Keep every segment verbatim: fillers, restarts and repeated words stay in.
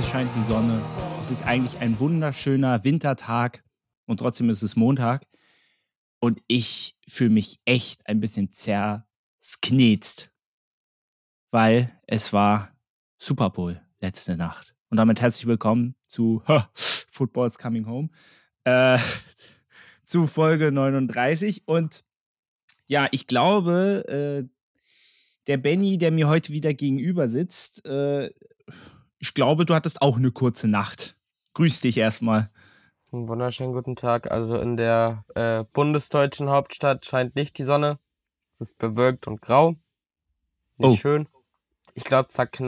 es scheint die Sonne. Es ist eigentlich ein wunderschöner Wintertag und trotzdem ist es Montag. Und ich fühle mich echt ein bisschen zersknetzt, weil es war Super Bowl letzte Nacht. Und damit herzlich willkommen zu ha, Football's Coming Home, äh, zu Folge neununddreißig. Und ja, ich glaube, äh, der Benny, der mir heute wieder gegenüber sitzt, äh, ich glaube, du hattest auch eine kurze Nacht. Grüß dich erstmal. Einen wunderschönen guten Tag. Also in der äh, bundesdeutschen Hauptstadt scheint nicht die Sonne. Es ist bewölkt und grau. Nicht Oh. schön. Ich glaube,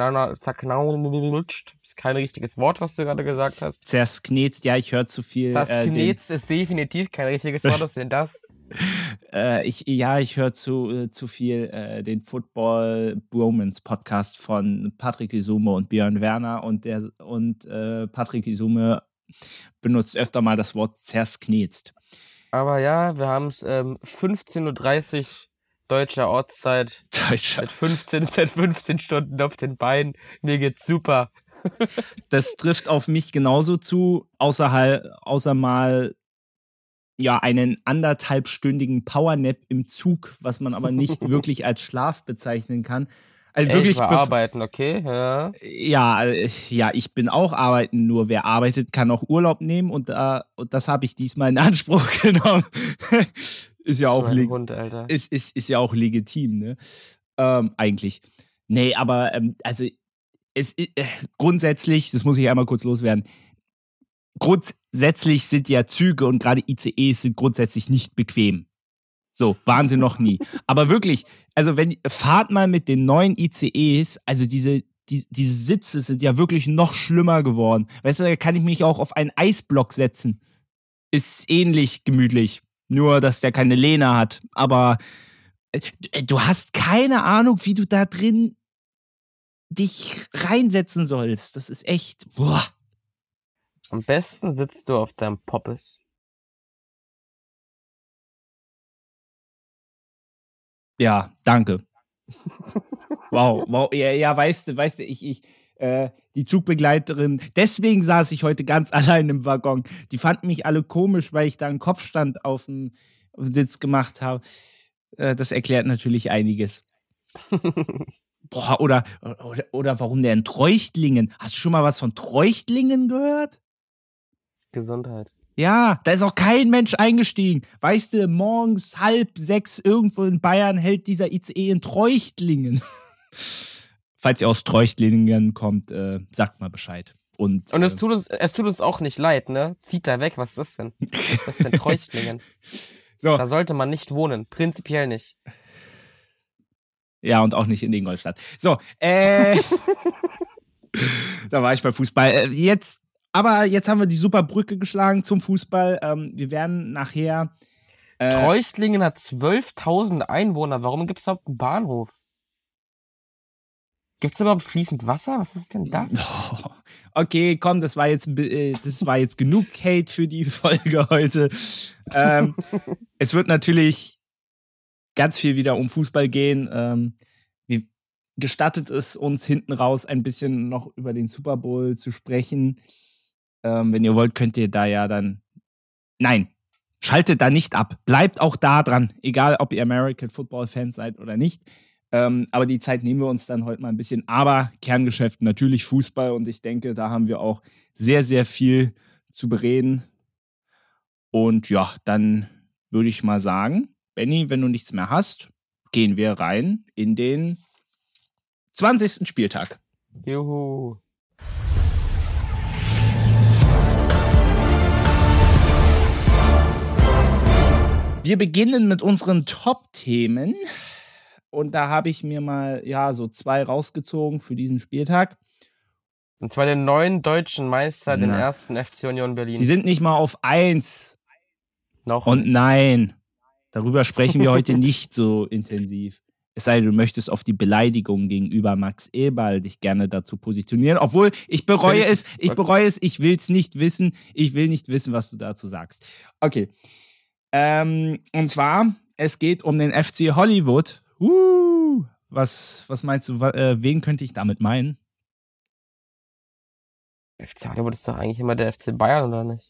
zerknautscht ist kein richtiges Wort, was du gerade gesagt hast. Zersknetzt, ja, ich höre zu viel. Zersknetzt äh, ist definitiv kein richtiges Wort. Was ist denn das? äh, ich, ja, ich höre zu, äh, zu viel äh, den Football Bromance Podcast von Patrick Isume und Björn Werner und, der, und äh, Patrick Isume benutzt öfter mal das Wort zersknetzt. Aber ja, wir haben es ähm, fünfzehn Uhr dreißig deutscher Ortszeit. Deutscher. Seit fünfzehn, seit fünfzehn Stunden auf den Beinen. Mir geht's super. Das trifft auf mich genauso zu, außer, halt, außer mal ja, einen anderthalbstündigen Powernap im Zug, was man aber nicht wirklich als Schlaf bezeichnen kann. Also Ey, wirklich ich war bef- arbeiten, okay? Ja. Ja, ja, ich bin auch arbeiten, nur wer arbeitet, kann auch Urlaub nehmen und, äh, und das habe ich diesmal in Anspruch genommen. ist ja auch so ein leg- Hund, Alter. Ist, ist, ist ja auch legitim, ne? Ähm, eigentlich. Nee, aber ähm, also es äh, grundsätzlich, das muss ich einmal kurz loswerden, grundsätzlich sind ja Züge und gerade I C Es sind grundsätzlich nicht bequem. So, waren sie noch nie. Aber wirklich, also wenn, fahrt mal mit den neuen I C Es, also diese, die, diese Sitze sind ja wirklich noch schlimmer geworden. Weißt du, da kann ich mich auch auf einen Eisblock setzen. Ist ähnlich gemütlich. Nur, dass der keine Lehne hat. Aber äh, du hast keine Ahnung, wie du da drin dich reinsetzen sollst. Das ist echt, boah. Am besten sitzt du auf deinem Poppes. Ja, danke. Wow, wow, ja, ja, weißt du, weißt du, ich, ich, äh, die Zugbegleiterin, deswegen saß ich heute ganz allein im Waggon. Die fanden mich alle komisch, weil ich da einen Kopfstand auf dem Sitz gemacht habe. Äh, das erklärt natürlich einiges. Boah, oder, oder, oder warum der in Treuchtlingen? Hast du schon mal was von Treuchtlingen gehört? Gesundheit. Ja, da ist auch kein Mensch eingestiegen. Weißt du, morgens halb sechs irgendwo in Bayern hält dieser I C E in Treuchtlingen. Falls ihr aus Treuchtlingen kommt, äh, sagt mal Bescheid. Und, Und es, äh, tut uns, es tut uns auch nicht leid, ne? Zieht da weg, was ist das denn? Was ist denn Treuchtlingen? so. Da sollte man nicht wohnen, prinzipiell nicht. Ja, und auch nicht in Ingolstadt. So, äh. da war ich bei Fußball. Äh, jetzt, aber jetzt haben wir die super Brücke geschlagen zum Fußball. Ähm, wir werden nachher. Äh, Treuchtlingen hat zwölftausend Einwohner. Warum gibt es überhaupt einen Bahnhof? Gibt es überhaupt fließend Wasser? Was ist denn das? Oh, okay, komm, das war jetzt, äh, das war jetzt genug Hate für die Folge heute. ähm, es wird natürlich ganz viel wieder um Fußball gehen. Ähm, wie gestattet es uns hinten raus ein bisschen noch über den Super Bowl zu sprechen. Ähm, wenn ihr wollt, könnt ihr da ja dann. Nein, schaltet da nicht ab. Bleibt auch da dran, egal ob ihr American Football Fans seid oder nicht. Ähm, aber die Zeit nehmen wir uns dann heute mal ein bisschen. Aber Kerngeschäft natürlich Fußball und ich denke, da haben wir auch sehr, sehr viel zu bereden. Und ja, dann würde ich mal sagen, Benny, wenn du nichts mehr hast, gehen wir rein in den zwanzigsten Spieltag. Juhu. Wir beginnen mit unseren Top-Themen. Und da habe ich mir mal, ja, so zwei rausgezogen für diesen Spieltag. Und zwar den neuen deutschen Meister, den Na. ersten F C Union Berlin. Die sind nicht mal auf eins. Noch Und nicht. nein, darüber sprechen wir heute nicht so intensiv. Es sei denn, du möchtest auf die Beleidigung gegenüber Max Eberl dich gerne dazu positionieren. Obwohl, ich bereue ich, es, ich okay. bereue es, ich will es nicht wissen. Ich will nicht wissen, was du dazu sagst. Okay. Ähm, und zwar, es geht um den F C Hollywood. Uh, was, was meinst du, äh, wen könnte ich damit meinen? F C Hollywood ist doch eigentlich immer der F C Bayern, oder nicht?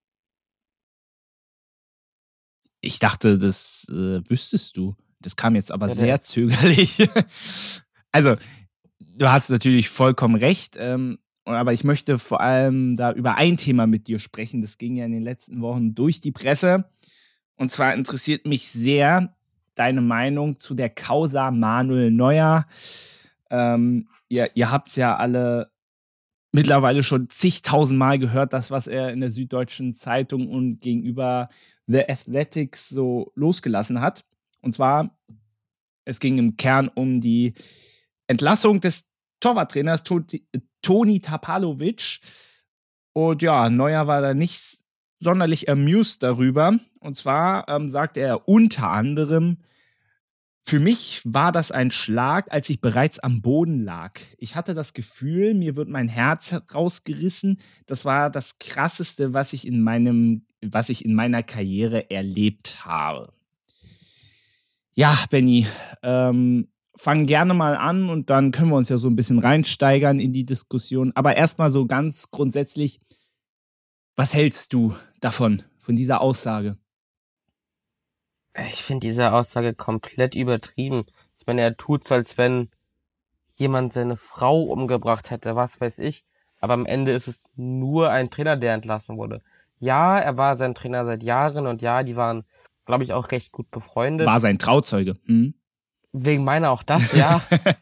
Ich dachte, das äh, wüsstest du. Das kam jetzt aber Ja, sehr der, zögerlich. Also, du hast natürlich vollkommen recht, ähm, aber ich möchte vor allem da über ein Thema mit dir sprechen. Das ging ja in den letzten Wochen durch die Presse. Und zwar interessiert mich sehr deine Meinung zu der Causa Manuel Neuer. Ähm, ihr ihr habt es ja alle mittlerweile schon zigtausend Mal gehört, das, was er in der Süddeutschen Zeitung und gegenüber The Athletics so losgelassen hat. Und zwar, es ging im Kern um die Entlassung des Torwarttrainers Toni Tapalovic. Und ja, Neuer war da nicht sonderlich amused darüber. Und zwar ähm, sagte er unter anderem: Für mich war das ein Schlag, als ich bereits am Boden lag. Ich hatte das Gefühl, mir wird mein Herz rausgerissen. Das war das Krasseste, was ich in meinem, was ich in meiner Karriere erlebt habe. Ja, Benny, ähm, fang gerne mal an und dann können wir uns ja so ein bisschen reinsteigern in die Diskussion. Aber erstmal so ganz grundsätzlich, was hältst du davon, von dieser Aussage? ich finde diese Aussage komplett übertrieben. Ich meine, er tut's, als wenn jemand seine Frau umgebracht hätte, was weiß ich. Aber am Ende ist es nur ein Trainer, der entlassen wurde. Ja, er war sein Trainer seit Jahren und ja, die waren, glaube ich, auch recht gut befreundet. War sein Trauzeuge. Hm? Wegen meiner auch das, ja.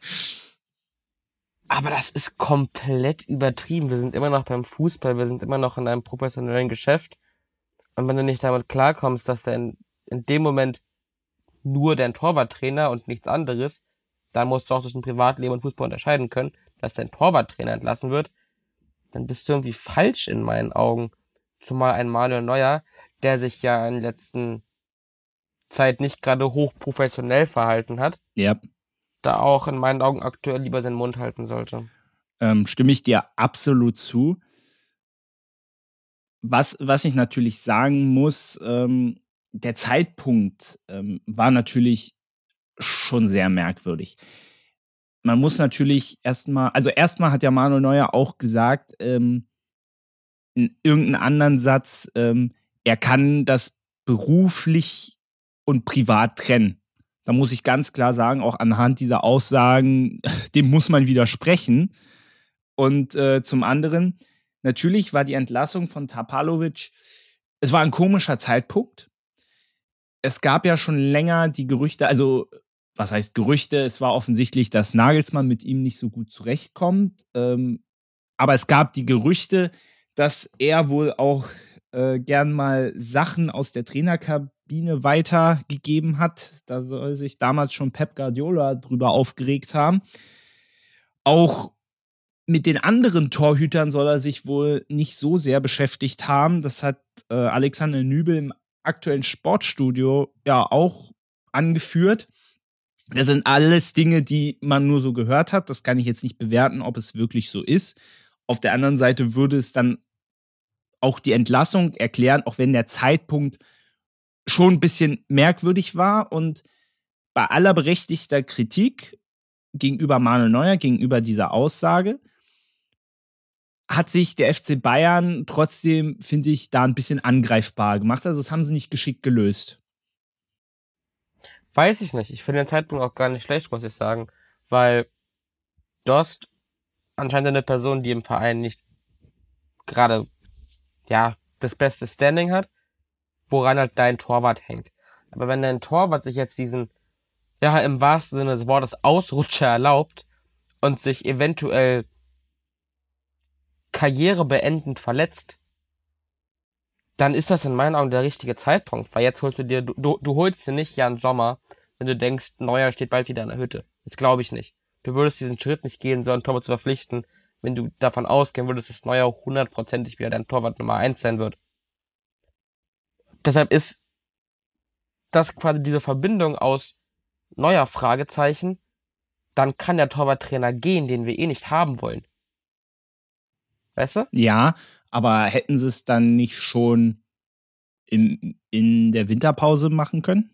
Aber das ist komplett übertrieben. Wir sind immer noch beim Fußball, wir sind immer noch in einem professionellen Geschäft. Und wenn du nicht damit klarkommst, dass der in, in dem Moment nur dein Torwarttrainer und nichts anderes, dann musst du auch zwischen Privatleben und Fußball unterscheiden können, dass dein Torwarttrainer entlassen wird, dann bist du irgendwie falsch in meinen Augen. Zumal ein Manuel Neuer, der sich ja in der letzten Zeit nicht gerade hochprofessionell verhalten hat, Ja. da auch in meinen Augen aktuell lieber seinen Mund halten sollte. Ähm, stimme ich dir absolut zu. Was, was ich natürlich sagen muss, ähm, der Zeitpunkt ähm, war natürlich schon sehr merkwürdig. Man muss natürlich erstmal, also erstmal hat ja Manuel Neuer auch gesagt, ähm, in irgendeinem anderen Satz, ähm, er kann das beruflich und privat trennen. Da muss ich ganz klar sagen, auch anhand dieser Aussagen, dem muss man widersprechen. Und äh, zum anderen, natürlich war die Entlassung von Tapalovic, es war ein komischer Zeitpunkt. Es gab ja schon länger die Gerüchte, also was heißt Gerüchte? Es war offensichtlich, dass Nagelsmann mit ihm nicht so gut zurechtkommt. Ähm, aber es gab die Gerüchte, dass er wohl auch äh, gern mal Sachen aus der Trainerkabine weitergegeben hat. Da soll sich damals schon Pep Guardiola drüber aufgeregt haben. Auch mit den anderen Torhütern soll er sich wohl nicht so sehr beschäftigt haben. Das hat äh, Alexander Nübel im aktuellen Sportstudio ja auch angeführt. Das sind alles Dinge, die man nur so gehört hat. Das kann ich jetzt nicht bewerten, ob es wirklich so ist. Auf der anderen Seite würde es dann auch die Entlassung erklären, auch wenn der Zeitpunkt schon ein bisschen merkwürdig war. Und bei aller berechtigter Kritik gegenüber Manuel Neuer, gegenüber dieser Aussage, hat sich der F C Bayern trotzdem, finde ich, da ein bisschen angreifbar gemacht. Also das haben sie nicht geschickt gelöst. Weiß ich nicht. Ich finde den Zeitpunkt auch gar nicht schlecht, muss ich sagen. Weil du hast anscheinend eine Person, die im Verein nicht gerade, ja, das beste Standing hat, woran halt dein Torwart hängt. Aber wenn dein Torwart sich jetzt diesen, ja, im wahrsten Sinne des Wortes Ausrutscher erlaubt und sich eventuell karrierebeendend verletzt, dann ist das in meinen Augen der richtige Zeitpunkt. Weil jetzt holst du dir, du, du holst dir nicht Jan Sommer, wenn du denkst, Neuer steht bald wieder in der Hütte. Das glaube ich nicht. Du würdest diesen Schritt nicht gehen, so einen Torwart zu verpflichten, wenn du davon ausgehen würdest, dass Neuer hundertprozentig wieder dein Torwart Nummer eins sein wird. Deshalb ist das quasi diese Verbindung aus Neuer Fragezeichen, dann kann der Torwarttrainer gehen, den wir eh nicht haben wollen. Weißt du? Ja, aber hätten sie es dann nicht schon in, in der Winterpause machen können?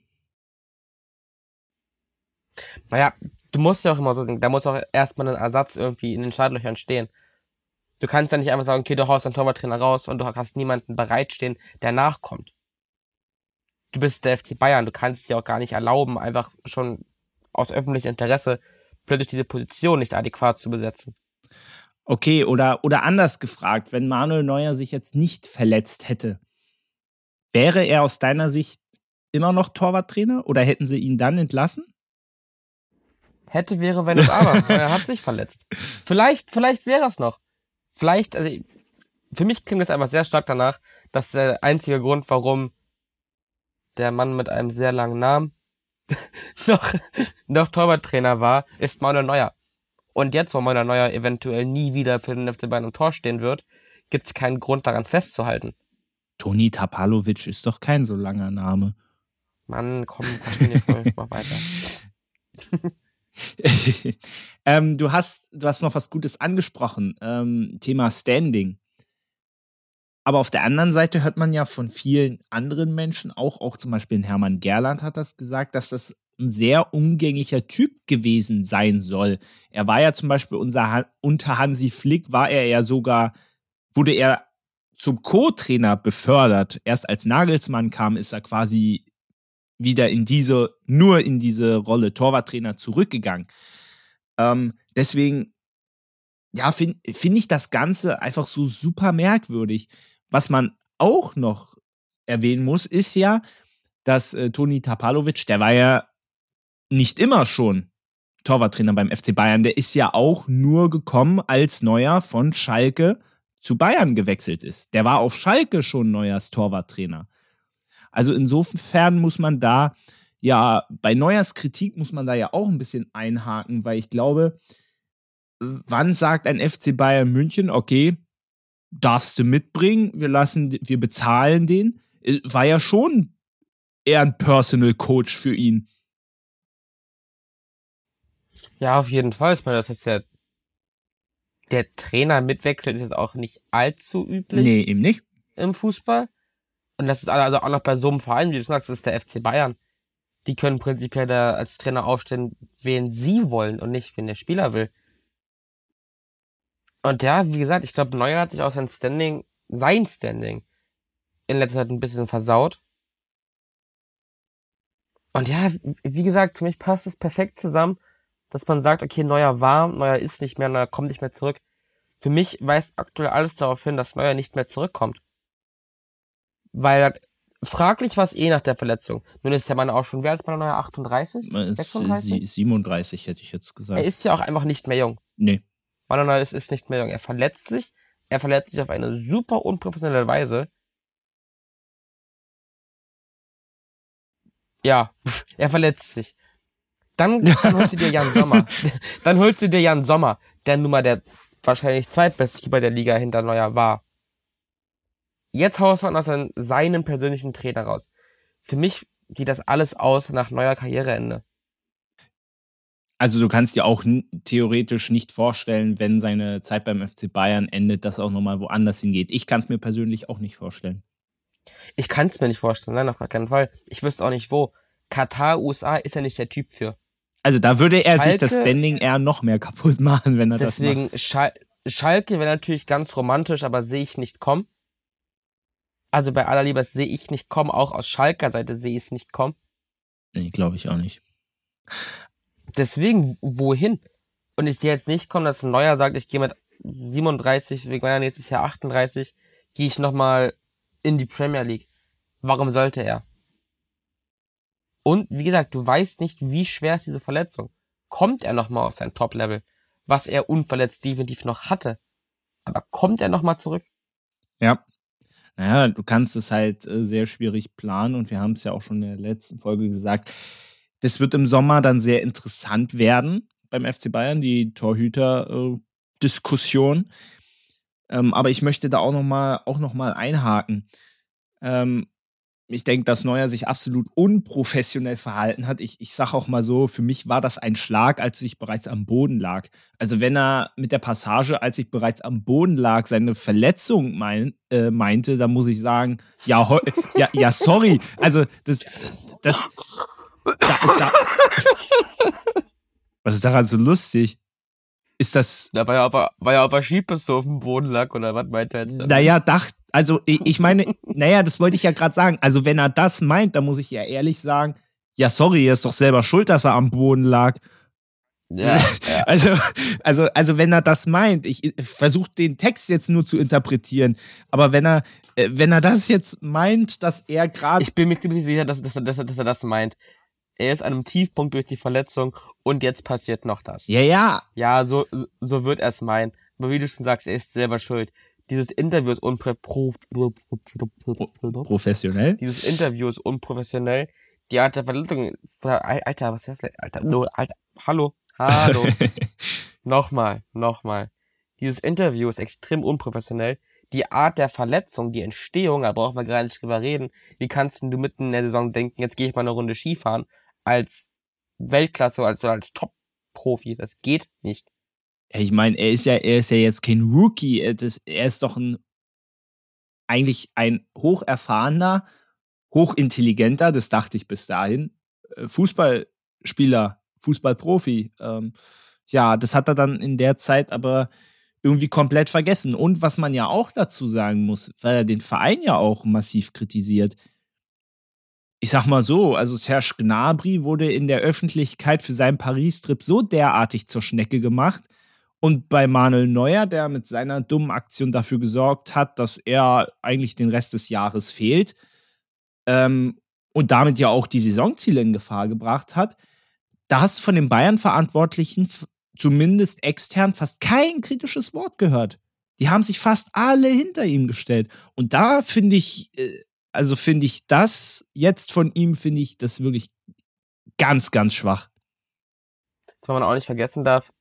Naja, du musst ja auch immer so denken, da muss auch erstmal ein Ersatz irgendwie in den Startlöchern stehen. Du kannst ja nicht einfach sagen, okay, du haust deinen Torwarttrainer raus und du hast niemanden bereitstehen, der nachkommt. Du bist der F C Bayern, du kannst es dir auch gar nicht erlauben, einfach schon aus öffentlichem Interesse plötzlich diese Position nicht adäquat zu besetzen. Okay, oder, oder anders gefragt, wenn Manuel Neuer sich jetzt nicht verletzt hätte, wäre er aus deiner Sicht immer noch Torwarttrainer oder hätten sie ihn dann entlassen? Hätte, wäre, wenn es aber. Er hat sich verletzt. Vielleicht, vielleicht wäre es noch. Vielleicht, also für mich klingt es einfach sehr stark danach, dass der einzige Grund, warum der Mann mit einem sehr langen Namen noch, noch Torwarttrainer war, ist Manuel Neuer. Und jetzt, wo Manuel Neuer eventuell nie wieder für den F C Bayern im Tor stehen wird, gibt es keinen Grund daran festzuhalten. Toni Tapalovic ist doch kein so langer Name. Mann, komm, quatsch mir nicht voll, mach weiter. ähm, du hast, du hast noch was Gutes angesprochen, ähm, Thema Standing. Aber auf der anderen Seite hört man ja von vielen anderen Menschen, auch, auch zum Beispiel Hermann Gerland hat das gesagt, dass das ein sehr umgänglicher Typ gewesen sein soll. Er war ja zum Beispiel unser, unter Hansi Flick, war er ja sogar, wurde er zum Co-Trainer befördert. Erst als Nagelsmann kam, ist er quasi wieder in diese, nur in diese Rolle Torwarttrainer zurückgegangen. Ähm, deswegen, ja, finde find ich das Ganze einfach so super merkwürdig. Was man auch noch erwähnen muss, ist ja, dass äh, Toni Tapalovic, der war ja nicht immer schon Torwarttrainer beim F C Bayern, der ist ja auch nur gekommen, als Neuer von Schalke zu Bayern gewechselt ist. Der war auf Schalke schon Neuers Torwarttrainer. Also insofern muss man da, ja, bei Neuers Kritik muss man da ja auch ein bisschen einhaken, weil ich glaube, wann sagt ein F C Bayern München, okay, darfst du mitbringen, wir lassen, wir bezahlen den? War ja schon eher ein Personal Coach für ihn. Ja, auf jeden Fall. Ich meine, das ist ja, der Trainer mitwechselt ist jetzt auch nicht allzu üblich. Nee, eben nicht. Im Fußball. Und das ist also auch noch bei so einem Verein, wie du sagst, das ist der F C Bayern. Die können prinzipiell da als Trainer aufstellen, wen sie wollen und nicht, wen der Spieler will. Und ja, wie gesagt, ich glaube, Neuer hat sich auch sein Standing, sein Standing in letzter Zeit ein bisschen versaut. Und ja, wie gesagt, für mich passt es perfekt zusammen, dass man sagt, okay, Neuer war, Neuer ist nicht mehr, Neuer kommt nicht mehr zurück. Für mich weist aktuell alles darauf hin, dass Neuer nicht mehr zurückkommt. Weil fraglich war es eh nach der Verletzung. Nun ist der Mann auch schon, wer ist Neuer, achtunddreißig? sechsunddreißig? siebenunddreißig hätte ich jetzt gesagt. Er ist ja auch einfach nicht mehr jung. Nee. Manuel Neuer ist, ist nicht mehr jung. Er verletzt sich. Er verletzt sich auf eine super unprofessionelle Weise. Ja, er verletzt sich. Dann, dann holst du dir Jan Sommer. Dann holst du dir Jan Sommer, der nun mal der wahrscheinlich zweitbeste Keeper der Liga hinter Neuer war. Jetzt haust man aus seinem persönlichen Trainer raus. Für mich sieht das alles aus nach neuer Karriereende. Also du kannst dir auch n- theoretisch nicht vorstellen, wenn seine Zeit beim F C Bayern endet, dass auch nochmal woanders hingeht. Ich kann es mir persönlich auch nicht vorstellen. Ich kann es mir nicht vorstellen, nein, auf gar keinen Fall. Ich wüsste auch nicht wo. Katar, U S A ist ja nicht der Typ für. Also da würde er Schalke, sich das Standing eher noch mehr kaputt machen, wenn er deswegen das macht. Schal- Schalke wäre natürlich ganz romantisch, aber sehe ich nicht kommen. Also bei aller Liebe sehe ich nicht kommen, auch aus Schalker Seite sehe ich es nicht kommen. Nee, glaube ich auch nicht. Deswegen, wohin? Und ich sehe jetzt nicht kommen, dass ein Neuer sagt, ich gehe mit siebenunddreißig, wir waren ja nächstes Jahr achtunddreißig, gehe ich nochmal in die Premier League. Warum sollte er? Und wie gesagt, du weißt nicht, wie schwer ist diese Verletzung. Kommt er nochmal auf sein Top-Level, was er unverletzt definitiv noch hatte? Aber kommt er nochmal zurück? Ja. Naja, du kannst es halt äh, sehr schwierig planen und wir haben es ja auch schon in der letzten Folge gesagt. Das wird im Sommer dann sehr interessant werden beim F C Bayern, die Torhüter-Diskussion. Ähm, aber ich möchte da auch nochmal auch noch mal einhaken. Ähm, ich denke, dass Neuer sich absolut unprofessionell verhalten hat. Ich, ich sage auch mal so, für mich war das ein Schlag, als ich bereits am Boden lag. Also wenn er mit der Passage, als ich bereits am Boden lag, seine Verletzung mein, äh, meinte, dann muss ich sagen, ja, heu- ja, ja, sorry. Also das, das, da, da. Was ist daran so lustig? ist das... Da war ja auf der, war ja auf der Skipiste auf dem Boden lag, oder was meint er jetzt? Naja, dacht, also ich, ich meine, naja, das wollte ich ja gerade sagen. Also wenn er das meint, dann muss ich ja ehrlich sagen, ja sorry, er ist doch selber schuld, dass er am Boden lag. Ja, ja. Also, also, also wenn er das meint, ich versuche den Text jetzt nur zu interpretieren, aber wenn er, wenn er das jetzt meint, dass er gerade... Ich bin mir ziemlich sicher, dass, dass, dass, dass er das meint. Er ist an einem Tiefpunkt durch die Verletzung und jetzt passiert noch das. Ja, ja. Ja, so, so wird er es meinen. Aber wie du schon sagst, er ist selber schuld. Dieses Interview ist unprä pro, pro, pro, professionell. Dieses Interview ist unprofessionell. Die Art der Verletzung... Alter, was ist das? Alter, no, Alter, hallo. Hallo. nochmal, nochmal. Dieses Interview ist extrem unprofessionell. Die Art der Verletzung, die Entstehung, da brauchen wir gar nicht drüber reden. Wie kannst du mitten in der Saison denken, jetzt gehe ich mal eine Runde Skifahren als Weltklasse, als, als Top-Profi? Das geht nicht. Ich meine, er ist ja, er ist ja jetzt kein Rookie. Er ist, er ist doch ein eigentlich ein hocherfahrener, hochintelligenter, das dachte ich bis dahin, Fußballspieler. Fußballprofi. Ähm, ja, das hat er dann in der Zeit aber irgendwie komplett vergessen. Und was man ja auch dazu sagen muss, weil er den Verein ja auch massiv kritisiert. Ich sag mal so, also Serge Gnabry wurde in der Öffentlichkeit für seinen Paris-Trip so derartig zur Schnecke gemacht. Und bei Manuel Neuer, der mit seiner dummen Aktion dafür gesorgt hat, dass er eigentlich den Rest des Jahres fehlt ähm, und damit ja auch die Saisonziele in Gefahr gebracht hat, da hast du von den Bayern-Verantwortlichen zumindest extern fast kein kritisches Wort gehört. Die haben sich fast alle hinter ihm gestellt. Und da finde ich, also finde ich das jetzt von ihm, finde ich das wirklich ganz, ganz schwach. Was man auch nicht vergessen darf,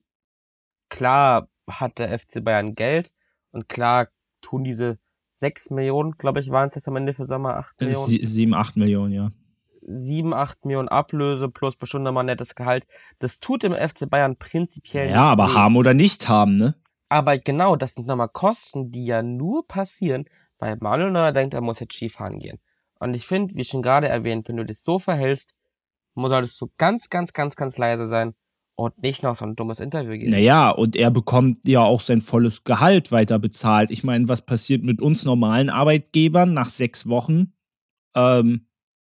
klar hat der F C Bayern Geld und klar tun diese sechs Millionen, glaube ich, waren es jetzt am Ende für Sommer, acht Millionen? Sie, sieben, acht Millionen, ja. sieben, acht Millionen Ablöse plus bestimmt nochmal nettes Gehalt. Das tut dem F C Bayern prinzipiell Ja, aber weh. Haben oder nicht haben, ne? Aber genau, das sind nochmal Kosten, die ja nur passieren, weil Manuel Neuer denkt, er muss jetzt Skifahren gehen. Und ich finde, wie schon gerade erwähnt, wenn du dich so verhältst, solltest du ganz, ganz, ganz, ganz leise sein und nicht noch so ein dummes Interview geben. Naja, und er bekommt ja auch sein volles Gehalt weiter bezahlt. Ich meine, was passiert mit uns normalen Arbeitgebern nach sechs Wochen? Ähm,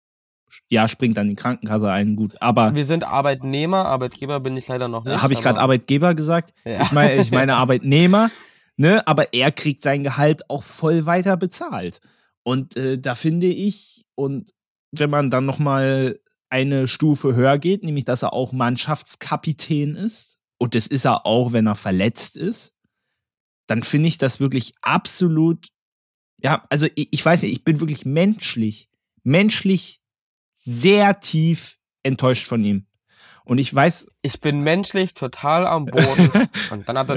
ja, springt dann die Krankenkasse ein, gut. Aber wir sind Arbeitnehmer, Arbeitgeber bin ich leider noch nicht. Habe ich gerade Arbeitgeber gesagt? Ja. Ich meine, ich meine Arbeitnehmer, ne? Aber er kriegt sein Gehalt auch voll weiter bezahlt. Und äh, da finde ich, und wenn man dann noch mal eine Stufe höher geht, nämlich dass er auch Mannschaftskapitän ist, und das ist er auch, wenn er verletzt ist, dann finde ich das wirklich absolut, ja, also ich, ich weiß nicht, ich bin wirklich menschlich, menschlich sehr tief enttäuscht von ihm. Und ich weiß... Ich bin menschlich total am Boden. Und dann hat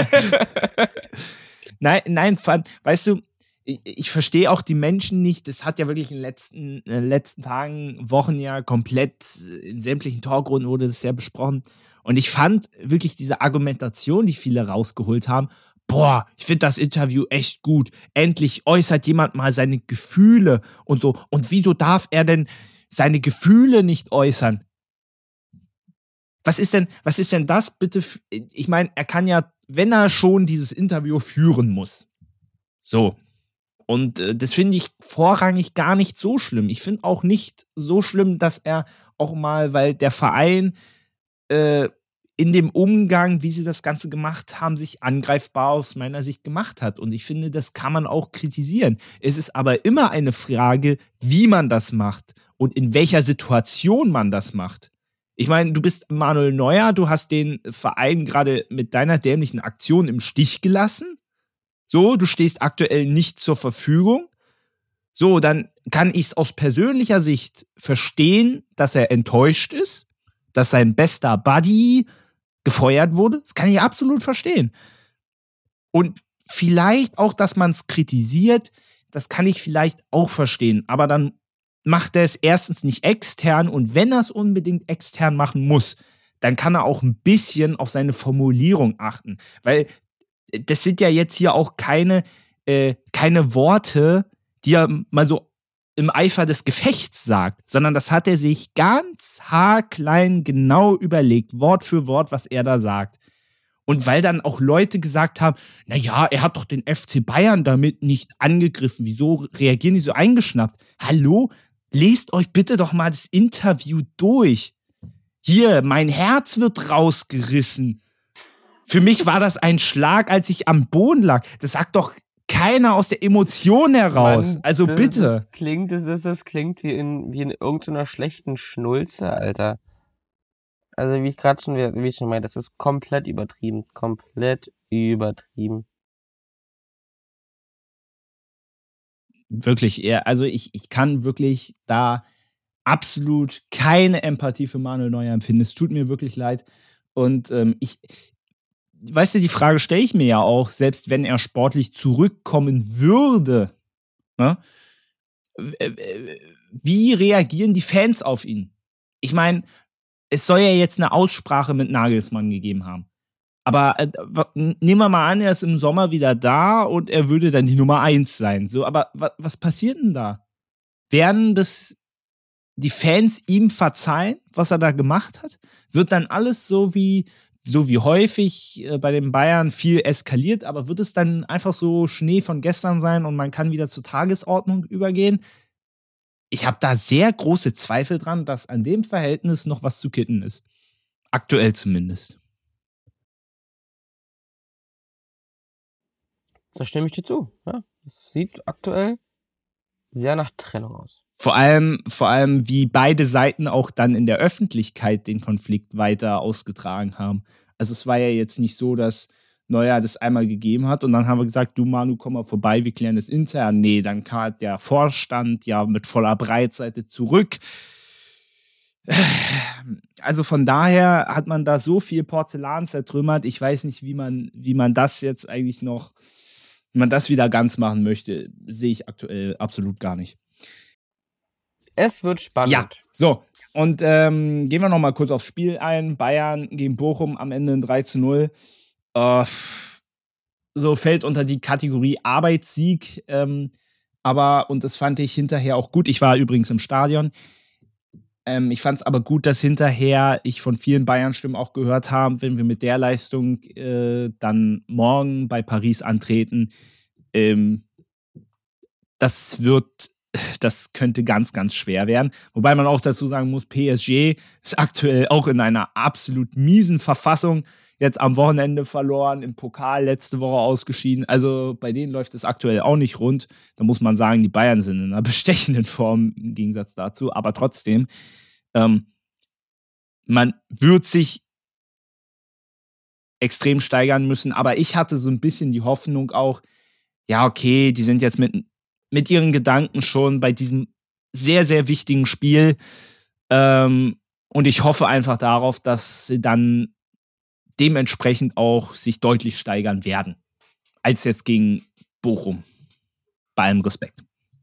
er... nein, nein, weißt du, ich, ich verstehe auch die Menschen nicht. Das hat ja wirklich in den letzten, in den letzten Tagen, Wochen ja komplett in sämtlichen Talkrunden wurde das ja besprochen. Und ich fand wirklich diese Argumentation, die viele rausgeholt haben, boah, ich finde das Interview echt gut. Endlich äußert jemand mal seine Gefühle und so. Und wieso darf er denn seine Gefühle nicht äußern? Was ist denn, was ist denn das bitte? F- ich meine, er kann ja, wenn er schon dieses Interview führen muss. So. Und äh, das finde ich vorrangig gar nicht so schlimm. Ich finde auch nicht so schlimm, dass er auch mal, weil der Verein äh, in dem Umgang, wie sie das Ganze gemacht haben, sich angreifbar aus meiner Sicht gemacht hat. Und ich finde, das kann man auch kritisieren. Es ist aber immer eine Frage, wie man das macht und in welcher Situation man das macht. Ich meine, du bist Manuel Neuer, du hast den Verein gerade mit deiner dämlichen Aktion im Stich gelassen. So, du stehst aktuell nicht zur Verfügung. So, dann kann ich es aus persönlicher Sicht verstehen, dass er enttäuscht ist, dass sein bester Buddy gefeuert wurde. Das kann ich absolut verstehen. Und vielleicht auch, dass man es kritisiert, das kann ich vielleicht auch verstehen. Aber dann macht er es erstens nicht extern und wenn er es unbedingt extern machen muss, dann kann er auch ein bisschen auf seine Formulierung achten. Weil das sind ja jetzt hier auch keine, äh, keine Worte, die er mal so im Eifer des Gefechts sagt, sondern das hat er sich ganz haarklein genau überlegt, Wort für Wort, was er da sagt. Und weil dann auch Leute gesagt haben, naja, er hat doch den F C Bayern damit nicht angegriffen. Wieso reagieren die so eingeschnappt? Hallo? Lest euch bitte doch mal das Interview durch. Hier, mein Herz wird rausgerissen. Für mich war das ein Schlag, als ich am Boden lag. Das sagt doch keiner aus der Emotion heraus. Mann, also das, bitte. Das klingt, das, ist, das klingt wie in, wie in irgendeiner schlechten Schnulze, Alter. Also wie ich gerade schon, wie ich schon meinte, das ist komplett übertrieben. Komplett übertrieben. Wirklich, eher, also ich, ich kann wirklich da absolut keine Empathie für Manuel Neuer empfinden. Es tut mir wirklich leid. Und ähm, ich, weißt du, die Frage stelle ich mir ja auch, selbst wenn er sportlich zurückkommen würde, ne? Wie reagieren die Fans auf ihn? Ich meine, es soll ja jetzt eine Aussprache mit Nagelsmann gegeben haben. Aber äh, nehmen wir mal an, er ist im Sommer wieder da und er würde dann die Nummer eins sein. So, aber wa- was passiert denn da? Werden das die Fans ihm verzeihen, was er da gemacht hat? Wird dann alles so wie, so wie häufig äh, bei den Bayern viel eskaliert, aber wird es dann einfach so Schnee von gestern sein und man kann wieder zur Tagesordnung übergehen? Ich habe da sehr große Zweifel dran, dass an dem Verhältnis noch was zu kitten ist. Aktuell zumindest. Da stimme ich dir zu. Ja, das sieht aktuell sehr nach Trennung aus. Vor allem, vor allem, wie beide Seiten auch dann in der Öffentlichkeit den Konflikt weiter ausgetragen haben. Also es war ja jetzt nicht so, dass Neuer das einmal gegeben hat und dann haben wir gesagt, du Manu, komm mal vorbei, wir klären das intern. Nee, dann kam der Vorstand ja mit voller Breitseite zurück. Also von daher hat man da so viel Porzellan zertrümmert. Ich weiß nicht, wie man, wie man das jetzt eigentlich noch, wie man das wieder ganz machen möchte, sehe ich aktuell absolut gar nicht. Es wird spannend. Ja, so. Und ähm, gehen wir noch mal kurz aufs Spiel ein. Bayern gegen Bochum am Ende ein drei zu null. Äh, so fällt unter die Kategorie Arbeitssieg. Ähm, aber, und das fand ich hinterher auch gut. Ich war übrigens im Stadion. Ähm, ich fand es aber gut, dass hinterher ich von vielen Bayern-Stimmen auch gehört habe, wenn wir mit der Leistung äh, dann morgen bei Paris antreten, ähm, das wird, das könnte ganz, ganz schwer werden. Wobei man auch dazu sagen muss, P S G ist aktuell auch in einer absolut miesen Verfassung. Jetzt am Wochenende verloren, im Pokal letzte Woche ausgeschieden. Also bei denen läuft es aktuell auch nicht rund. Da muss man sagen, die Bayern sind in einer bestechenden Form im Gegensatz dazu. Aber trotzdem, ähm, man wird sich extrem steigern müssen. Aber ich hatte so ein bisschen die Hoffnung auch, ja, okay, die sind jetzt mit, mit ihren Gedanken schon bei diesem sehr, sehr wichtigen Spiel. Ähm, und ich hoffe einfach darauf, dass sie dann dementsprechend auch sich deutlich steigern werden. Als jetzt gegen Bochum. Bei allem Respekt.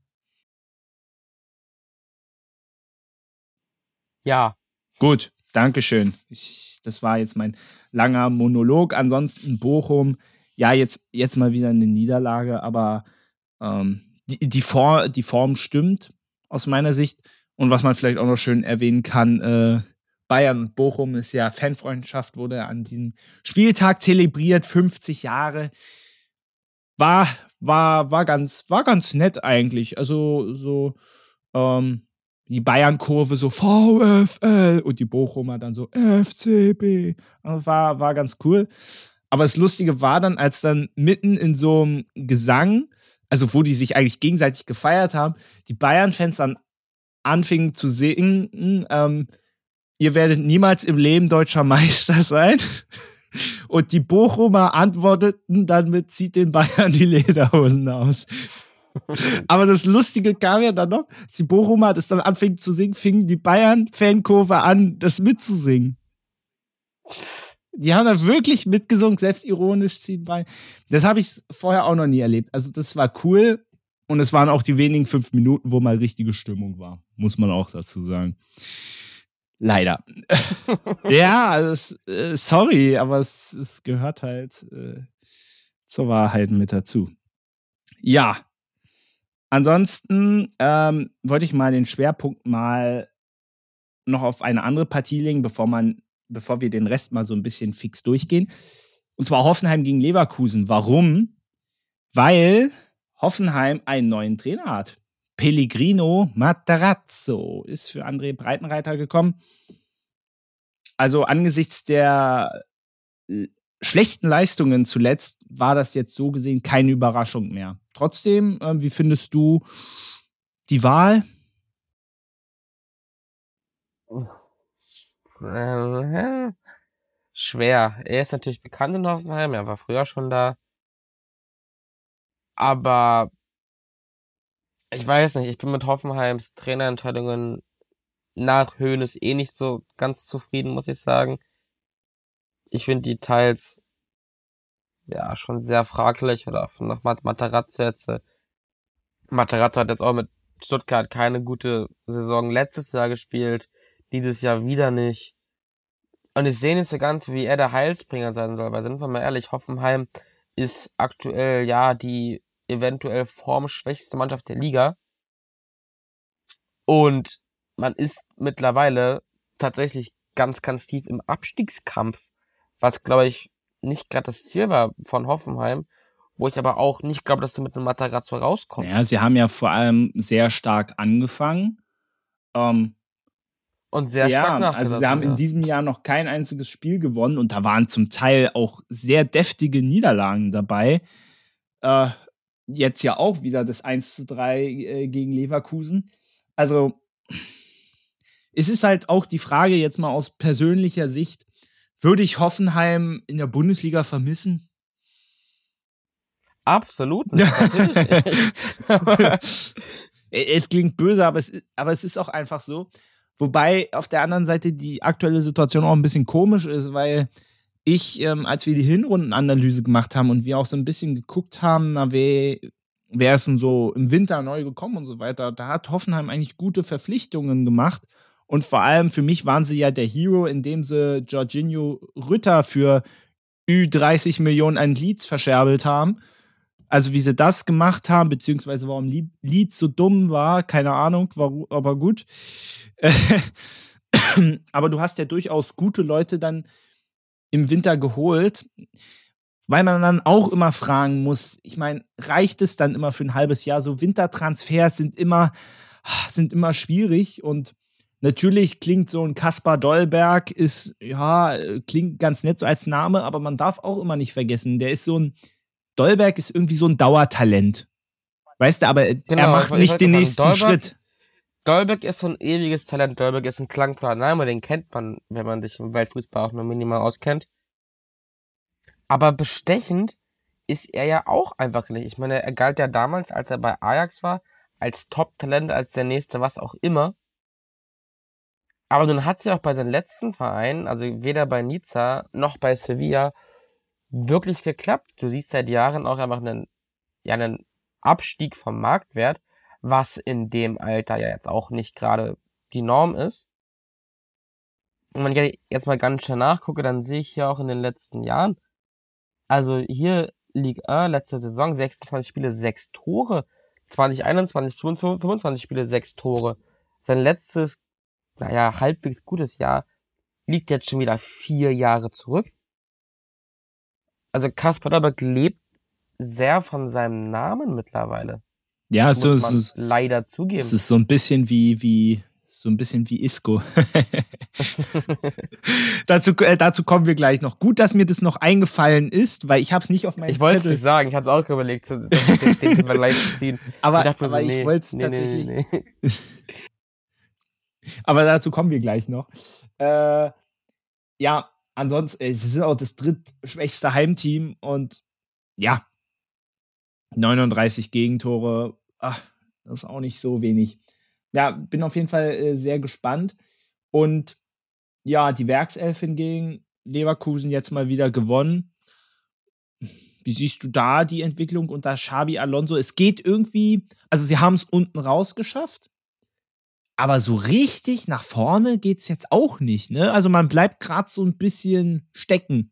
Ja. Gut, Dankeschön. Ich, das war jetzt mein langer Monolog. Ansonsten Bochum, ja, jetzt, jetzt mal wieder eine Niederlage, aber ähm, die, die, Form, die Form stimmt aus meiner Sicht. Und was man vielleicht auch noch schön erwähnen kann, äh, Bayern und Bochum ist ja Fanfreundschaft, wurde an diesem Spieltag zelebriert, fünfzig Jahre. War, war, war, ganz, war ganz nett eigentlich. Also so ähm, die Bayern-Kurve so VfL und die Bochumer dann so F C B. Also war, war ganz cool. Aber das Lustige war dann, als dann mitten in so einem Gesang, also wo die sich eigentlich gegenseitig gefeiert haben, die Bayern-Fans dann anfingen zu singen, ähm, ihr werdet niemals im Leben deutscher Meister sein. Und die Bochumer antworteten dann mit, zieht den Bayern die Lederhosen aus. Aber das Lustige kam ja dann noch, als die Bochumer das dann anfingen zu singen, fingen die Bayern-Fankurve an, das mitzusingen. Die haben da wirklich mitgesungen, selbstironisch ziehen bei. Das habe ich vorher auch noch nie erlebt. Also das war cool. Und es waren auch die wenigen fünf Minuten, wo mal richtige Stimmung war. Muss man auch dazu sagen. Leider. Ja, also es, äh, sorry, aber es, es gehört halt äh, zur Wahrheit mit dazu. Ja. Ansonsten ähm, wollte ich mal den Schwerpunkt mal noch auf eine andere Partie legen, bevor man, bevor wir den Rest mal so ein bisschen fix durchgehen. Und zwar Hoffenheim gegen Leverkusen. Warum? Weil Hoffenheim einen neuen Trainer hat. Pellegrino Matarazzo ist für André Breitenreiter gekommen. Also angesichts der schlechten Leistungen zuletzt war das jetzt so gesehen keine Überraschung mehr. Trotzdem, äh, wie findest du die Wahl? Äh, schwer. Er ist natürlich bekannt in Hoffenheim, er war früher schon da. Aber ich weiß nicht, ich bin mit Hoffenheims Trainerentscheidungen nach Hoeneß eh nicht so ganz zufrieden, muss ich sagen. Ich finde die teils ja schon sehr fraglich oder von nach Mat- Matarazzo jetzt. äh, Matarazzo hat jetzt auch mit Stuttgart keine gute Saison letztes Jahr gespielt, dieses Jahr wieder nicht. Und ich sehe nicht so ganz, wie er der Heilsbringer sein soll, weil sind wir mal ehrlich, Hoffenheim ist aktuell ja die eventuell formschwächste Mannschaft der Liga. Und man ist mittlerweile tatsächlich ganz, ganz tief im Abstiegskampf, was, glaube ich, nicht gerade das Ziel war von Hoffenheim, wo ich aber auch nicht glaube, dass du mit einem Matarazzo rauskommst. Ja, sie haben ja vor allem sehr stark angefangen. Ähm, Und sehr ja, stark also sie nachgelassen. haben in ja. diesem Jahr noch kein einziges Spiel gewonnen und da waren zum Teil auch sehr deftige Niederlagen dabei. Äh, jetzt ja auch wieder das eins zu drei äh, gegen Leverkusen. Also es ist halt auch die Frage jetzt mal aus persönlicher Sicht, würde ich Hoffenheim in der Bundesliga vermissen? Absolut nicht, natürlich nicht. Es klingt böse, aber es, aber es ist auch einfach so. Wobei auf der anderen Seite die aktuelle Situation auch ein bisschen komisch ist, weil ich, ähm, als wir die Hinrundenanalyse gemacht haben und wir auch so ein bisschen geguckt haben, na, wer, wer ist denn so im Winter neu gekommen und so weiter, da hat Hoffenheim eigentlich gute Verpflichtungen gemacht. Und vor allem für mich waren sie ja der Hero, indem sie Jorginho Rütter für Ü dreißig Millionen an Leeds verscherbelt haben. Also wie sie das gemacht haben, beziehungsweise warum Leeds so dumm war, keine Ahnung, warum, aber gut. Aber du hast ja durchaus gute Leute dann im Winter geholt, weil man dann auch immer fragen muss, ich meine, reicht es dann immer für ein halbes Jahr? So Wintertransfers sind immer, sind immer schwierig und natürlich klingt so ein Kaspar Dolberg, ist, ja, klingt ganz nett so als Name, aber man darf auch immer nicht vergessen, der ist so ein, Dolberg ist irgendwie so ein Dauertalent. Weißt du, aber Genau, er macht ich- ich nicht wollte den sagen, nächsten Dolberg- Schritt. Dolberg ist so ein ewiges Talent. Dolberg ist ein klangklarer Name, den kennt man, wenn man sich im Weltfußball auch nur minimal auskennt. Aber bestechend ist er ja auch einfach nicht. Ich meine, er galt ja damals, als er bei Ajax war, als Top-Talent, als der nächste, was auch immer. Aber nun hat es ja auch bei seinen letzten Vereinen, also weder bei Nizza noch bei Sevilla, wirklich geklappt. Du siehst seit Jahren auch einfach einen, ja, einen Abstieg vom Marktwert, was in dem Alter ja jetzt auch nicht gerade die Norm ist. Und wenn ich jetzt mal ganz schnell nachgucke, dann sehe ich hier auch in den letzten Jahren, also hier Ligue eins, letzte Saison, sechsundzwanzig Spiele, sechs Tore. zwanzig einundzwanzig, fünfundzwanzig Spiele, sechs Tore. Sein letztes, naja, halbwegs gutes Jahr liegt jetzt schon wieder vier Jahre zurück. Also Kaspar Dolberg lebt sehr von seinem Namen mittlerweile. Ja, Das so, muss man so, leider zugeben. es ist so ein bisschen wie, wie, so ein bisschen wie Isco. dazu, äh, dazu kommen wir gleich noch. Gut, dass mir das noch eingefallen ist, weil ich habe es nicht auf meinem Ich wollte es Zettel. nicht sagen, ich hatte es auch überlegt, so- das mit den den Vergleich zu ziehen. Aber, ich dachte mir aber so, ich nee, wollte es nee, tatsächlich. Nee, nee, nee. Aber dazu kommen wir gleich noch. Äh, ja, ansonsten, äh, sie sind auch das drittschwächste Heimteam und ja, neununddreißig Gegentore, ach, das ist auch nicht so wenig. Ja, bin auf jeden Fall äh, sehr gespannt. Und ja, die Werkselfin gegen Leverkusen jetzt mal wieder gewonnen. Wie siehst du da die Entwicklung unter Xabi Alonso? Es geht irgendwie, also sie haben es unten rausgeschafft, aber so richtig nach vorne geht es jetzt auch nicht, ne? Also man bleibt gerade so ein bisschen stecken.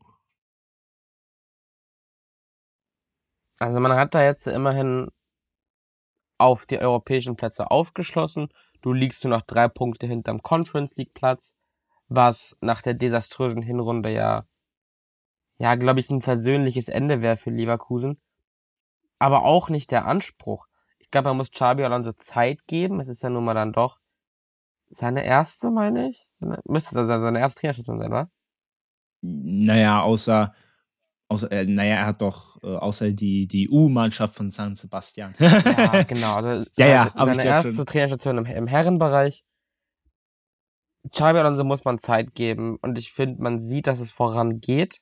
Also man hat da jetzt immerhin auf die europäischen Plätze aufgeschlossen. Du liegst nur noch drei Punkte hinterm Conference League Platz, was nach der desaströsen Hinrunde ja ja, glaube ich, ein versöhnliches Ende wäre für Leverkusen. Aber auch nicht der Anspruch. Ich glaube, man muss Xabi Alonso Zeit geben. Es ist ja nun mal dann doch seine erste, meine ich. Seine, müsste es also seine erste Trainerstation sein, wa? Naja, außer, außer äh, naja, er hat doch äh, außer die, die U-Mannschaft von San Sebastian. Ja, genau. Also ja, seine, ja, aber seine ich glaub erste schon. Trainerstation im, im Herrenbereich. Xabi Alonso muss man Zeit geben. Und ich finde, man sieht, dass es vorangeht.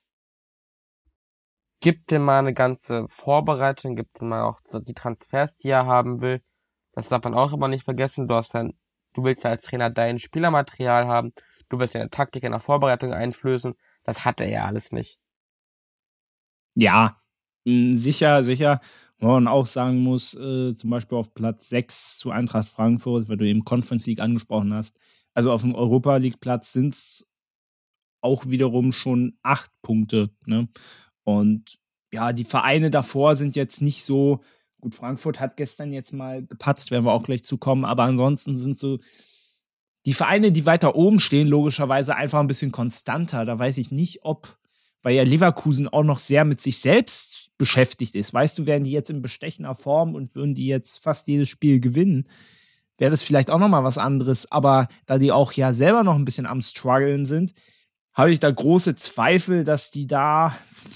Gibt ihm mal eine ganze Vorbereitung, gibt ihm mal auch so die Transfers, die er haben will. Das darf man auch immer nicht vergessen. Du hast dann, du willst ja als Trainer dein Spielermaterial haben. Du willst deine Taktik in der Vorbereitung einflößen. Das hat er ja alles nicht. Ja, mh, sicher, sicher. Wo man auch sagen muss, äh, zum Beispiel auf Platz sechs zu Eintracht Frankfurt, weil du eben Conference League angesprochen hast. Also auf dem Europa League Platz sind es auch wiederum schon acht Punkte. Ne? Und ja, die Vereine davor sind jetzt nicht so. Gut, Frankfurt hat gestern jetzt mal gepatzt, werden wir auch gleich zukommen, aber ansonsten sind so die Vereine, die weiter oben stehen, logischerweise einfach ein bisschen konstanter. Da weiß ich nicht, ob, weil ja Leverkusen auch noch sehr mit sich selbst beschäftigt ist. Weißt du, wären die jetzt in bestechender Form und würden die jetzt fast jedes Spiel gewinnen, wäre das vielleicht auch nochmal was anderes. Aber da die auch ja selber noch ein bisschen am Struggeln sind, habe ich da große Zweifel, dass die da,